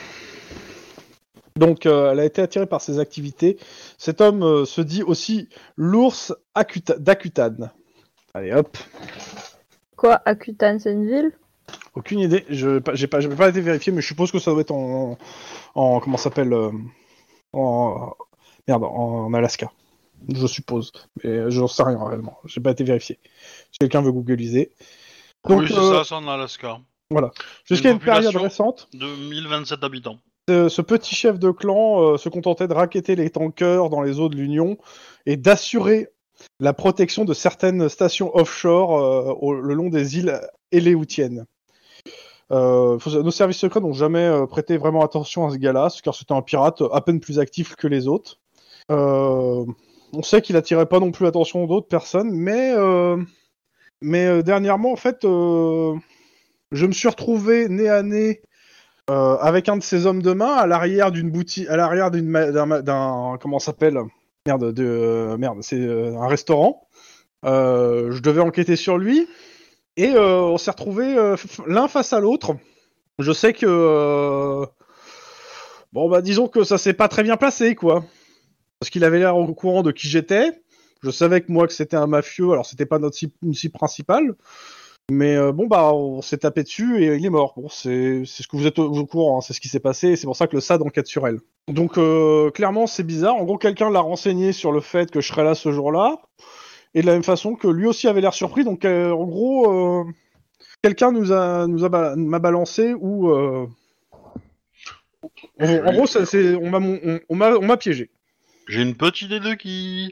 Donc, euh, elle a été attirée par ses activités. Cet homme euh, se dit aussi l'ours Akuta- d'Akutan. Allez, hop. Quoi, Akutan, c'est une ville? Aucune idée. Je j'ai pas, j'ai pas été vérifié, mais je suppose que ça doit être en, en, en comment ça s'appelle, euh, en merde, en, en Alaska. Je suppose, mais j'en sais rien réellement. J'ai pas été vérifié. Si quelqu'un veut googliser. Donc, oui, c'est euh, ça, c'est en Alaska. Voilà. Jusqu'à une, une période population récente. De mille vingt-sept habitants. Euh, ce petit chef de clan euh, se contentait de racketter les tankers dans les eaux de l'Union et d'assurer la protection de certaines stations offshore euh, au, le long des îles Éléoutiennes. Euh, nos services secrets n'ont jamais euh, prêté vraiment attention à ce gars-là, car c'était un pirate à peine plus actif que les autres. Euh, on sait qu'il attirait pas non plus l'attention d'autres personnes, mais, euh, mais euh, dernièrement, en fait, euh, je me suis retrouvé nez à nez euh, avec un de ces hommes de main à l'arrière d'une boutique, à l'arrière d'une, d'un, d'un comment ça s'appelle Merde, de, euh, merde, c'est euh, un restaurant. Euh, je devais enquêter sur lui. Et euh, on s'est retrouvés euh, l'un face à l'autre. Je sais que... Euh... Bon, bah disons que ça s'est pas très bien placé, quoi. Parce qu'il avait l'air au courant de qui j'étais. Je savais que moi, que c'était un mafieux, alors c'était pas notre cible, une cible principale. Mais euh, bon, bah on s'est tapé dessus et il est mort. Bon, c'est, c'est ce que vous êtes au, au courant, hein, c'est ce qui s'est passé, et c'est pour ça que le S A D enquête sur elle. Donc, euh, clairement, c'est bizarre. En gros, quelqu'un l'a renseigné sur le fait que je serais là ce jour-là. Et de la même façon que lui aussi avait l'air surpris, donc euh, en gros, euh, quelqu'un nous a, nous a ba- m'a balancé ou euh, en, en gros, ça, c'est, on m'a, on, on m'a, on m'a piégé. J'ai une petite idée de qui.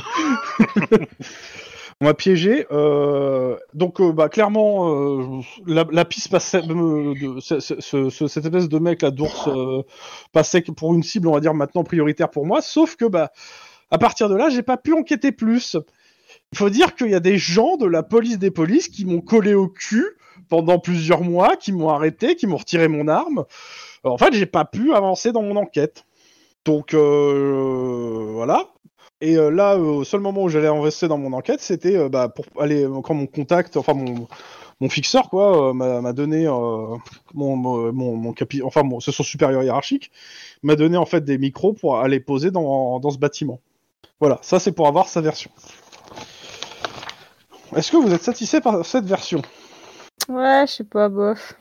On m'a piégé, euh, donc euh, bah clairement, euh, la, la piste passait, euh, de, ce, ce, ce, cette espèce de mec là d'ours euh, passait pour une cible, on va dire maintenant prioritaire pour moi. Sauf que bah à partir de là, j'ai pas pu enquêter plus. Il faut dire qu'il y a des gens de la police des polices qui m'ont collé au cul pendant plusieurs mois, qui m'ont arrêté, qui m'ont retiré mon arme. En fait, j'ai pas pu avancer dans mon enquête. Donc euh, voilà. Et euh, là, euh, au seul moment où j'allais investir dans mon enquête, c'était euh, bah, pour aller quand mon contact, enfin mon mon fixeur quoi, euh, m'a, m'a donné euh, mon mon mon capi, enfin mon, c'est son supérieur hiérarchique, m'a donné en fait des micros pour aller poser dans dans ce bâtiment. Voilà, ça c'est pour avoir sa version. Est-ce que vous êtes satisfait par cette version ? Ouais, je sais pas, bof.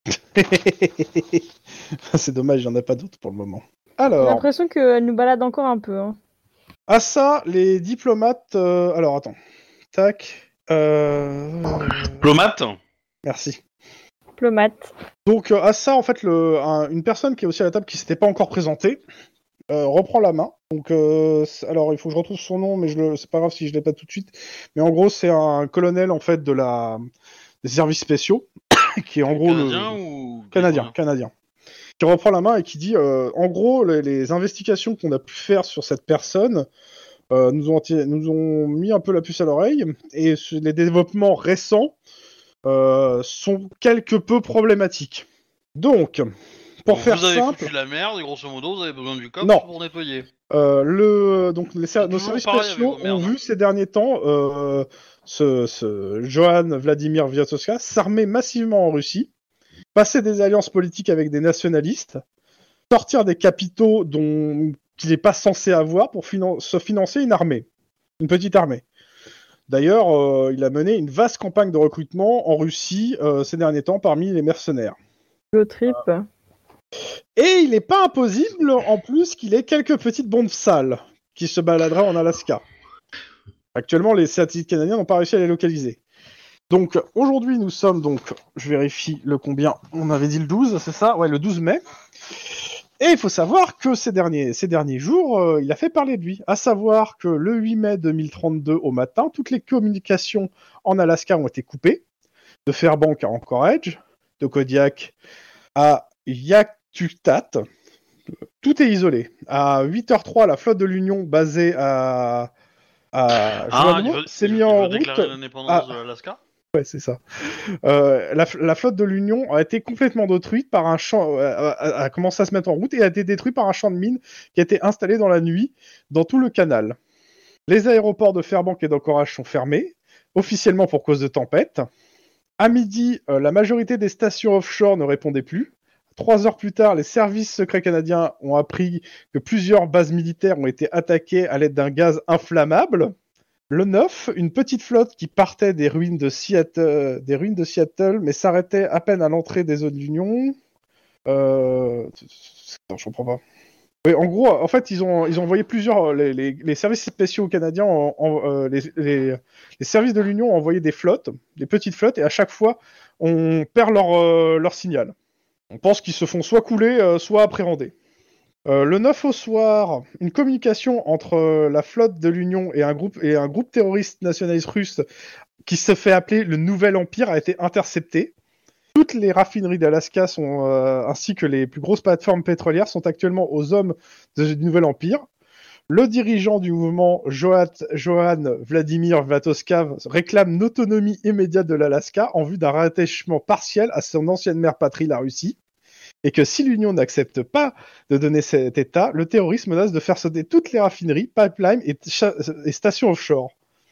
C'est dommage, il n'y en a pas d'autres pour le moment. J'ai Alors, l'impression qu'elle nous balade encore un peu. Hein. à ça, les diplomates... euh, Alors, attends. Tac. Euh... Diplomate. Merci. Diplomate. Donc, euh, à ça, en fait, le, un- une personne qui est aussi à la table qui s'était pas encore présentée euh, reprend la main. Donc, euh, c'est- alors, il faut que je retrouve son nom, mais je le... c'est pas grave si je l'ai pas tout de suite. Mais en gros, c'est un colonel, en fait, de la... des services spéciaux, qui est en gros... Canadien le... ou Canadien, canadien. Qui reprend la main et qui dit, euh, en gros, les, les investigations qu'on a pu faire sur cette personne euh, nous, ont, nous ont mis un peu la puce à l'oreille, et les développements récents euh, sont quelque peu problématiques. Donc, pour Donc faire vous avez simple... foutu la merde et grosso modo vous avez besoin du cops Non. pour nettoyer. Euh, le, donc les, C'est nos toujours services pareil spéciaux avec vos merdes. ont vu ces derniers temps euh, ce, ce Johann Vladimir Vyatowska s'armer massivement en Russie, passer des alliances politiques avec des nationalistes, sortir des capitaux dont qu'il n'est pas censé avoir pour finan- se financer une armée, une petite armée. D'ailleurs, euh, il a mené une vaste campagne de recrutement en Russie euh, ces derniers temps parmi les mercenaires. Le trip. Et il n'est pas impossible, en plus, qu'il ait quelques petites bombes sales qui se baladeraient en Alaska. Actuellement, les satellites canadiens n'ont pas réussi à les localiser. Donc, aujourd'hui, nous sommes donc, je vérifie le combien, on avait dit le douze, c'est ça ? Ouais, le douze mai. Et il faut savoir que ces derniers, ces derniers jours, euh, il a fait parler de lui. À savoir que le huit mai deux mille trente-deux au matin, toutes les communications en Alaska ont été coupées. De Fairbanks à Anchorage, de Kodiak à Yakutat. Tout est isolé. À huit heures zéro trois, la flotte de l'Union basée à, à Ah, il Juano veut, s'est il- mis il en veut route. déclarer l'indépendance Ah. de l'Alaska. Ouais, c'est ça. Euh, la, la flotte de l'Union a été complètement détruite par un champ, euh, a, a- a commencé à se mettre en route et a été détruite par un champ de mines qui a été installé dans la nuit dans tout le canal. Les aéroports de Fairbanks et d'Anchorage sont fermés, officiellement pour cause de tempête. À midi, euh, la majorité des stations offshore ne répondaient plus. Trois heures plus tard, les services secrets canadiens ont appris que plusieurs bases militaires ont été attaquées à l'aide d'un gaz inflammable. Le neuf, une petite flotte qui partait des ruines de Seattle, des ruines de Seattle mais s'arrêtait à peine à l'entrée des eaux de l'Union. Euh... Attends, je comprends pas. Oui, en gros, en fait, ils ont, ils ont envoyé plusieurs... Les, les, les services spéciaux canadiens, en, en, euh, les, les, les services de l'Union ont envoyé des flottes, des petites flottes, et à chaque fois, on perd leur, euh, leur signal. On pense qu'ils se font soit couler, euh, soit appréhender. Euh, le neuf au soir, une communication entre euh, la flotte de l'Union et un groupe et un groupe terroriste nationaliste russe qui se fait appeler le Nouvel Empire a été interceptée. Toutes les raffineries d'Alaska sont euh, ainsi que les plus grosses plateformes pétrolières sont actuellement aux hommes de- du Nouvel Empire. Le dirigeant du mouvement, Johan Vladimir Vatoskav, réclame l'autonomie immédiate de l'Alaska en vue d'un rattachement partiel à son ancienne mère patrie, la Russie. Et que si l'Union n'accepte pas de donner cet état, le terrorisme menace de faire sauter toutes les raffineries, pipelines et, cha- et stations offshore.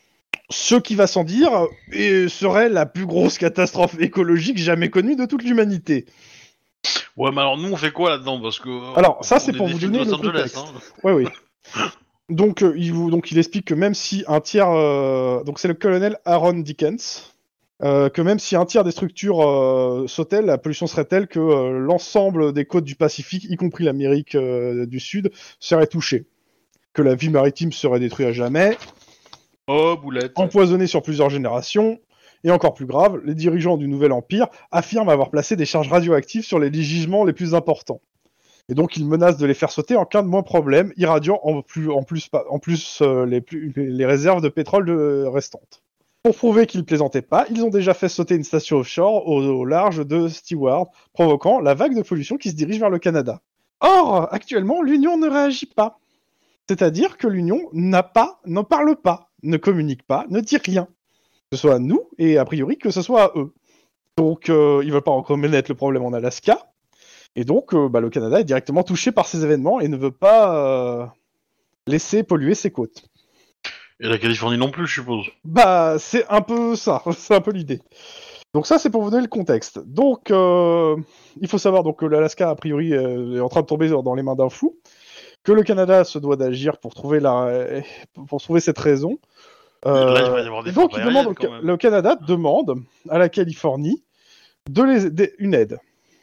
Ce qui va sans dire et serait la plus grosse catastrophe écologique jamais connue de toute l'humanité. Ouais, mais alors nous on fait quoi là-dedans? Parce que. Alors, on- ça, c'est on est pour des vous films de donner Los le Angeles, contexte. hein. Oui, oui. Donc, euh, il vous, donc, il explique que même si un tiers... euh, donc, c'est le colonel Aaron Dickens, euh, que même si un tiers des structures euh, sautaient, la pollution serait telle que euh, l'ensemble des côtes du Pacifique, y compris l'Amérique euh, du Sud, serait touché. Que la vie maritime serait détruite à jamais, Oh, boulette. empoisonnée sur plusieurs générations, et encore plus grave, les dirigeants du Nouvel Empire affirment avoir placé des charges radioactives sur les gisements les plus importants. Et donc, ils menacent de les faire sauter en cas de moins problème, irradiant en plus, en plus, en plus euh, les, plus, les réserves de pétrole de, restantes. Pour prouver qu'ils plaisantaient pas, ils ont déjà fait sauter une station offshore au, au large de Stewart, provoquant la vague de pollution qui se dirige vers le Canada. Or, actuellement, l'Union ne réagit pas. C'est-à-dire que l'Union n'a pas, n'en parle pas, ne communique pas, ne dit rien. Que ce soit à nous, et a priori que ce soit à eux. Donc, euh, ils veulent pas reconnaître le problème en Alaska. Et donc, euh, bah, le Canada est directement touché par ces événements et ne veut pas euh, laisser polluer ses côtes. Et la Californie non plus, je suppose. Bah, c'est un peu ça, c'est un peu l'idée. Donc ça, c'est pour vous donner le contexte. Donc, euh, il faut savoir donc, que l'Alaska, a priori, euh, est en train de tomber dans les mains d'un fou, que le Canada se doit d'agir pour trouver, la... pour trouver cette raison. Euh, Là, il va y avoir des et donc, frappes il demande aériennes, au... quand même. le Canada demande à la Californie de les... de... une aide.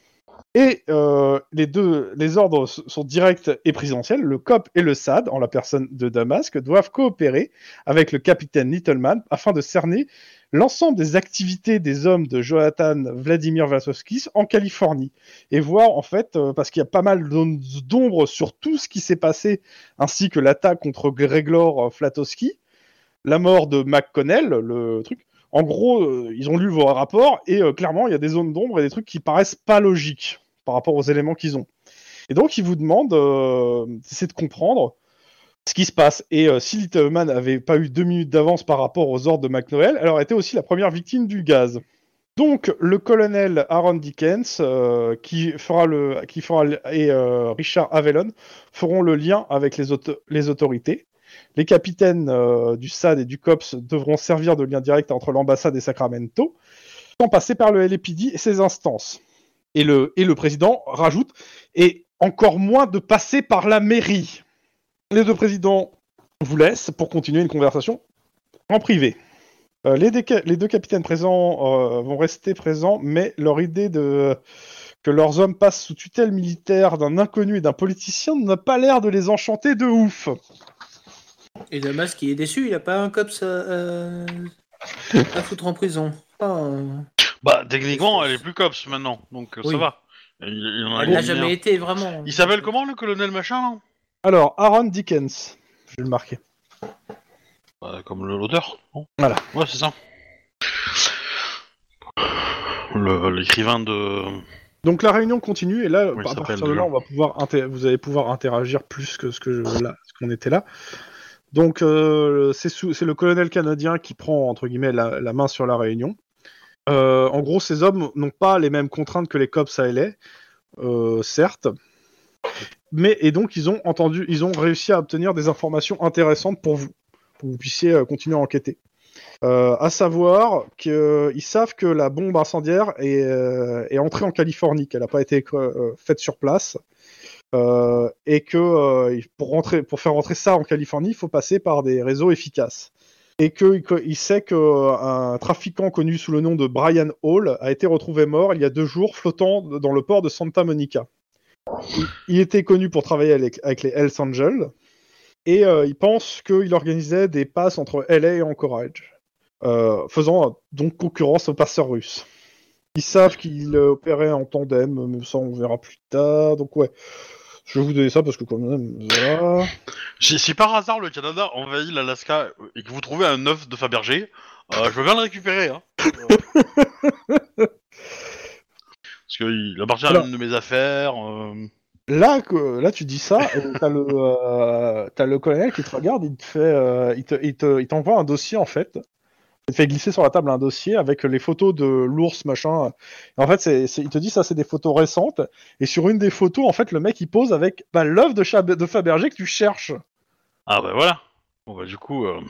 Et euh, les deux, les ordres sont directs et présidentiels. Le C O P et le S A D, en la personne de Damasque, doivent coopérer avec le capitaine Littleman afin de cerner l'ensemble des activités des hommes de Jonathan Vladimir Vasovskis en Californie et voir en fait, euh, parce qu'il y a pas mal d'ombre sur tout ce qui s'est passé, ainsi que l'attaque contre Gregor Flatowski, la mort de McConnell, le truc. En gros, euh, ils ont lu vos rapports et euh, clairement, il y a des zones d'ombre et des trucs qui paraissent pas logiques par rapport aux éléments qu'ils ont. Et donc, ils vous demandent euh, d'essayer de comprendre ce qui se passe. Et euh, si Littleman n'avait pas eu deux minutes d'avance par rapport aux ordres de McNoel, elle aurait été aussi la première victime du gaz. Donc, le colonel Aaron Dickens, euh, qui fera le, qui fera le, et euh, Richard Avalon feront le lien avec les, auto- les autorités. Les capitaines euh, du S A D et du C O P S devront servir de lien direct entre l'ambassade et Sacramento, sans passer par le L A P D et ses instances. Et le, et le président rajoute, et encore moins de passer par la mairie. Les deux présidents vous laissent pour continuer une conversation en privé. Euh, les, déca- les deux capitaines présents euh, vont rester présents, mais leur idée de que leurs hommes passent sous tutelle militaire d'un inconnu et d'un politicien n'a pas l'air de les enchanter de ouf. Et Damas qui est déçu, il a pas un cops à, à... à foutre en prison. Oh. Bah, techniquement, elle est plus cops maintenant, donc euh, Oui. ça va. Il, il en a Elle l'a eu jamais bien. été vraiment. Il s'appelle comment le colonel machin là? Alors, Aaron Dickens, je vais le marquer. Bah, comme le- l'auteur, non? Voilà. Ouais, c'est ça. Le- L'écrivain de. Donc la réunion continue et là, Oui, à ça partir s'appelle de là, déjà. on va pouvoir inter- vous allez pouvoir interagir plus que ce que je, là, ce qu'on était là. Donc euh, c'est, sous- c'est le colonel canadien qui prend entre guillemets la, la main sur la réunion. Euh, en gros, ces hommes n'ont pas les mêmes contraintes que les cops à L A, euh, certes, mais et donc ils ont entendu, ils ont réussi à obtenir des informations intéressantes pour vous, pour que vous puissiez euh, continuer à enquêter. Euh, à savoir qu'ils savent que la bombe incendiaire est, euh, est entrée en Californie, qu'elle n'a pas été euh, faite sur place, euh, et que euh, pour, rentrer, pour faire rentrer ça en Californie, il faut passer par des réseaux efficaces. Et qu'il il sait qu'un trafiquant connu sous le nom de Brian Hall a été retrouvé mort il y a deux jours, flottant dans le port de Santa Monica. Il, il était connu pour travailler avec, avec les Hells Angels, et euh, il pense qu'il organisait des passes entre L A et Anchorage. Euh, faisant donc concurrence aux passeurs russes. Ils savent qu'il euh, opérait en tandem, mais ça on verra plus tard. Donc ouais, Je vais vous donner ça parce que quand même, voilà. Si, si par hasard le Canada envahit l'Alaska et que vous trouvez un œuf de Fabergé, euh, je veux bien le récupérer. Hein. Euh, Parce qu'il appartient Alors- à une de mes affaires. Euh... Là, que, là, tu dis ça, et t'as le, euh, t'as le colonel qui te regarde, il te fait, euh, il te, il te, il t'envoie un dossier en fait. Il te fait glisser sur la table un dossier avec les photos de l'ours machin. Et en fait, c'est, c'est, il te dit ça, c'est des photos récentes. Et sur une des photos, en fait, le mec il pose avec bah, l'œuf de, Chab- de Fabergé que tu cherches. Ah bah voilà. Bon bah du coup, euh...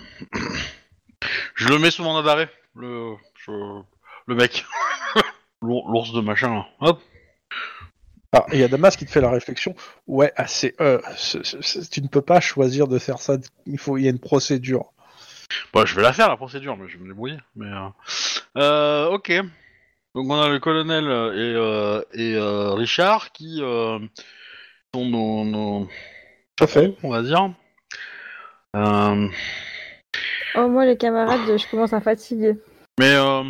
je le mets sous mandat d'arrêt. Le, je... le mec. L'our- L'ours de machin. Là. Hop. Ah, et il y a Damas qui te fait la réflexion. Ouais, ah, c'est, euh, c'est- c'est- tu ne peux pas choisir de faire ça. Il faut, il y a une procédure. Bah je vais la faire la procédure, mais je vais me débrouiller. Mais euh... Euh, ok. Donc on a le colonel euh, et, euh, et euh, Richard qui euh, sont nos, nos Tout à fait. on va dire. Euh... Oh, moi, les camarades, je commence à fatiguer. Mais euh...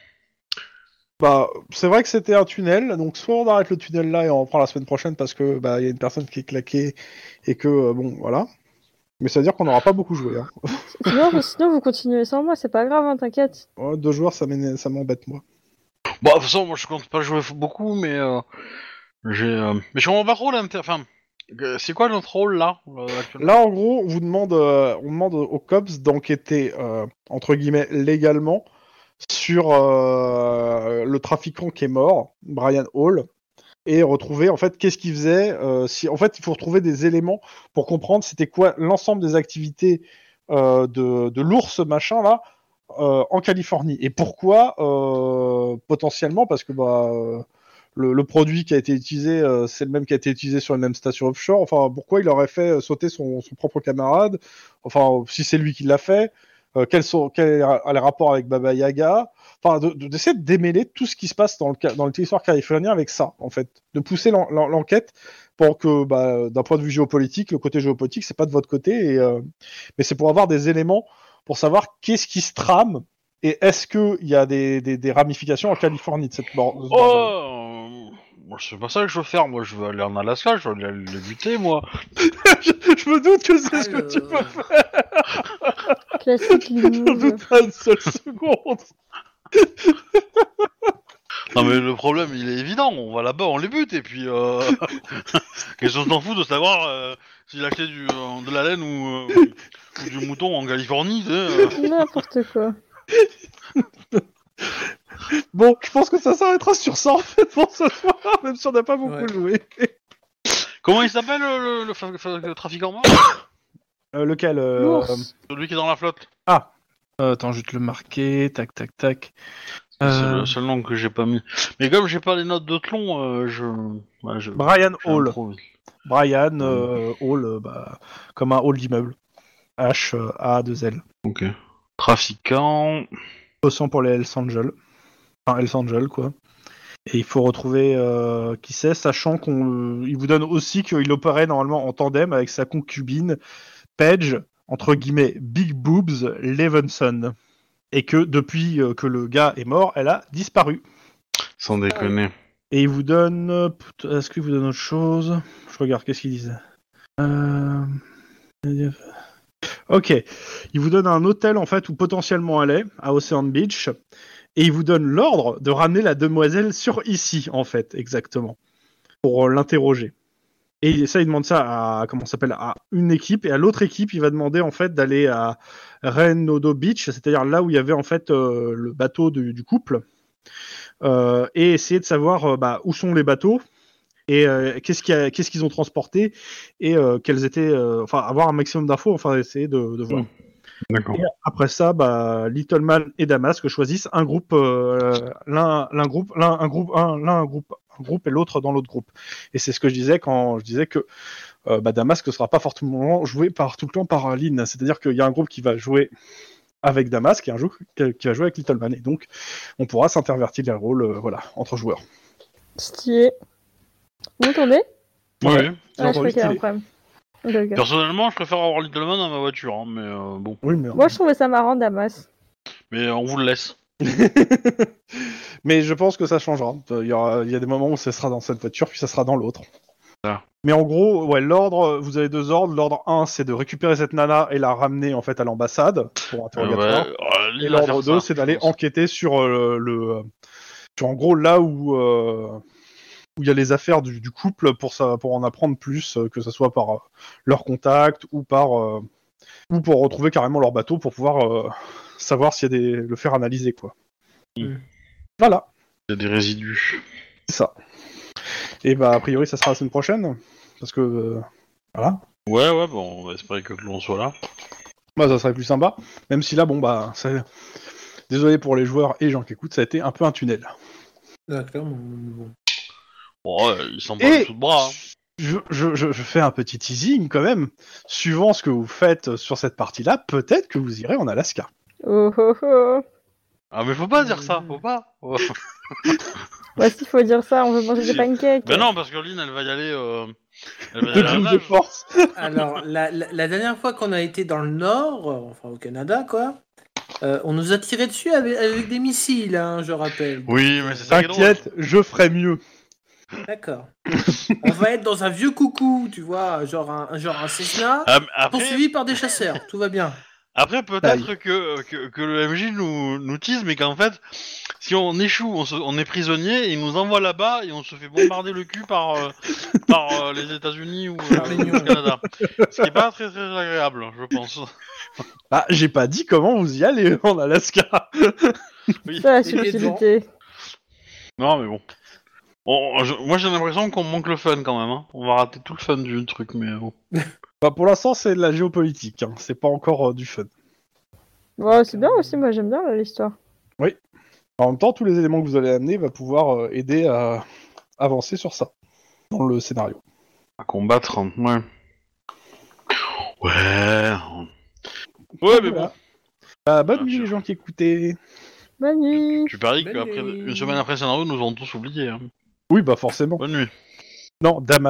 Bah, c'est vrai que c'était un tunnel, donc soit on arrête le tunnel là et on reprend la semaine prochaine parce que bah il y a une personne qui est claquée et que euh, bon voilà. Mais ça veut dire qu'on n'aura pas beaucoup joué. Hein. Sinon, sinon, vous continuez sans moi, c'est pas grave, hein, t'inquiète. Ouais, deux joueurs, ça, m'éner- ça m'embête moi. Bon, de toute façon, moi je compte pas jouer beaucoup, mais euh, j'ai. Euh... Mais je comprends pas trop l'inter. Enfin, euh, c'est quoi notre rôle là euh, actuellement Là, en gros, on vous demande, euh, on demande aux cops d'enquêter euh, entre guillemets légalement sur euh, le trafiquant qui est mort, Brian Hall, et retrouver en fait qu'est-ce qu'il faisait. Euh, si, en fait, il faut retrouver des éléments pour comprendre c'était quoi l'ensemble des activités euh, de, de l'ours machin là euh, en Californie et pourquoi euh, potentiellement parce que bah euh, le, le produit qui a été utilisé euh, c'est le même qui a été utilisé sur les mêmes stations offshore. Enfin, pourquoi il aurait fait sauter son, son propre camarade. Enfin, si c'est lui qui l'a fait. Euh, quels sont quels est les rapports avec Baba Yaga, enfin de, de, d'essayer de démêler tout ce qui se passe dans le dans le territoire californien avec ça en fait, de pousser l'en, l'en, l'enquête pour que bah, d'un point de vue géopolitique, le côté géopolitique c'est pas de votre côté et euh, mais c'est pour avoir des éléments pour savoir qu'est-ce qui se trame et est-ce que il y a des, des, des ramifications en Californie de cette mort. De ce bordel. Oh, euh, moi c'est pas ça que je veux faire. Moi je veux aller en Alaska, je veux aller le buter moi. je, je me doute que c'est Ah, ce que le- tu peux faire. Classique Je me Limoux. doute pas une seule seconde. Non mais le problème il est évident. On va là-bas, on les bute et puis. Euh... Question s'en fout de savoir euh, s'il a acheté du euh, de la laine ou, euh, ou du mouton en Californie. Tu sais, euh. N'importe quoi. Bon, je pense que ça s'arrêtera sur ça en fait pour ce soir, même si on n'a pas beaucoup Ouais. joué. Comment il s'appelle le, le, le, fa- fa- le trafiquant mort Euh, lequel euh, L'ours. Celui qui est dans la flotte. Euh, attends, je vais te le marquer. Tac, tac, tac. C'est Euh, le seul nom que j'ai pas mis. Mais comme j'ai pas les notes de Tlon, euh, je... Ouais, je... Brian je Hall. improvise. Brian euh, Hall, euh, bah, comme un hall d'immeuble. H A deux L. Ok. Trafiquant... Bossant pour les Hells Angels. Enfin, Hells Angels, quoi. Et il faut retrouver euh, qui c'est, sachant qu'on, il vous donne aussi qu'il opérait normalement en tandem avec sa concubine Paige, entre guillemets, Big Boobs Levinson. Et que depuis euh, que le gars est mort, elle a disparu. Sans déconner. Et il vous donne... euh, put- Est-ce qu'il vous donne autre chose? Je regarde, qu'est-ce qu'il disait euh... Ok. Il vous donne un hôtel, en fait, où potentiellement elle est, à Ocean Beach. Et il vous donne l'ordre de ramener la demoiselle sur ici, en fait, exactement. Pour euh, l'interroger. Et ça, il demande ça à, comment ça s'appelle, à une équipe. Et à l'autre équipe, il va demander, en fait, d'aller à Renodo Beach, c'est-à-dire là où il y avait, en fait, euh, le bateau du, du couple. Euh, et essayer de savoir euh, bah, où sont les bateaux et euh, qu'est-ce, qu'il y a, qu'est-ce qu'ils ont transporté et euh, quels étaient, euh, enfin avoir un maximum d'infos, enfin essayer de, de voir. D'accord. Et après ça, bah, Littleman et Damasque choisissent un groupe, euh, l'un, l'un groupe, l'un un groupe, un, l'un un groupe, un groupe et l'autre dans l'autre groupe. Et c'est ce que je disais quand je disais que euh, bah, Damasque ne sera pas fortement joué par tout le temps par Lynn, c'est-à-dire qu'il y a un groupe qui va jouer avec Damasque et un jeu qui va jouer avec Littleman. Et donc, on pourra s'intervertir les rôles euh, voilà, entre joueurs. Stylé. Vous m'entendez? Oui. Ouais. Ah, je crois qu'il y a un stylé. problème. Ok, ok. Personnellement, je préfère avoir Littleman dans ma voiture, hein, mais euh, bon. Oui, mais... Moi, je trouvais ça marrant, Damas. Mais on vous le laisse. mais je pense que ça changera. Il y, aura, il y a des moments où ça sera dans cette voiture, puis ça sera dans l'autre. Ah. Mais en gros, ouais, l'ordre, vous avez deux ordres. L'ordre un, c'est de récupérer cette nana et la ramener en fait à l'ambassade pour Euh, interrogatoire. ouais, euh, Lynn Et va l'ordre faire deux, ça, c'est je d'aller pense. enquêter sur euh, le, sur en gros là où euh, où il y a les affaires du, du couple pour ça, pour en apprendre plus, euh, que ce soit par euh, leur contact ou par euh, ou pour retrouver carrément leur bateau pour pouvoir euh, savoir s'il y a des le faire analyser quoi. Mm. Voilà, Il y a des résidus. c'est ça. Et bah a priori ça sera la semaine prochaine parce que euh, voilà. Ouais, ouais, bon, on va espérer que l'on soit là. Bah ça serait plus sympa. Même si là bon bah c'est... désolé pour les joueurs et les gens qui écoutent, ça a été un peu un tunnel. Ah, clairement, bon. Bon, ouais, il s'en pas Et le tout de bras. Hein. je, je, je, je fais un petit teasing quand même. Suivant ce que vous faites sur cette partie-là, peut-être que vous irez en Alaska. Oh oh oh. Ah, mais faut pas dire ça, faut pas. Bah si, faut dire ça, on veut manger des Si. pancakes. Ben non, parce que Lynn, elle va y aller. Euh... Elle va y De aller à la groupe de nage. force. Alors, la, la, la dernière fois qu'on a été dans le Nord, euh, enfin au Canada, quoi, euh, on nous a tiré dessus avec, avec des missiles, hein, je rappelle. Oui, mais c'est ça qui est drôle. T'inquiète, je ferai mieux. D'accord. On va être dans un vieux coucou, tu vois, genre un, genre un Cessna, Ah, mais après, poursuivi par des chasseurs, tout va bien. après peut-être que, que, que le M J nous, nous tease, mais qu'en fait, si on échoue, on, se- on est prisonnier, et il nous envoie là-bas et on se fait bombarder le cul par, euh, par euh, les États-Unis ou Par euh, l'Union. le Canada. Ce qui est pas très très agréable, je pense. Ah, j'ai pas dit comment vous y allez en Alaska. Oui. Ça, la Et devant. subtilité. Non, mais bon. On- je- moi j'ai l'impression qu'on manque le fun quand même. Hein. On va rater tout le fun du truc, mais bon. Bah, pour l'instant, c'est de la géopolitique. Hein. C'est pas encore euh, du fun. Ouais, c'est bien aussi, moi j'aime bien là, l'histoire. En même temps, tous les éléments que vous allez amener vont pouvoir euh, aider à avancer sur ça dans le scénario. À combattre, hein, ouais. Ouais. Ouais, mais bon. Voilà. Bah, bonne Ah, nuit tiens. les gens qui écoutaient. Bonne nuit. Tu paries Bonne qu'après nuit. une semaine après le scénario, nous aurons tous oublié. Hein. Oui, bah forcément. Bonne nuit. Non, Damas.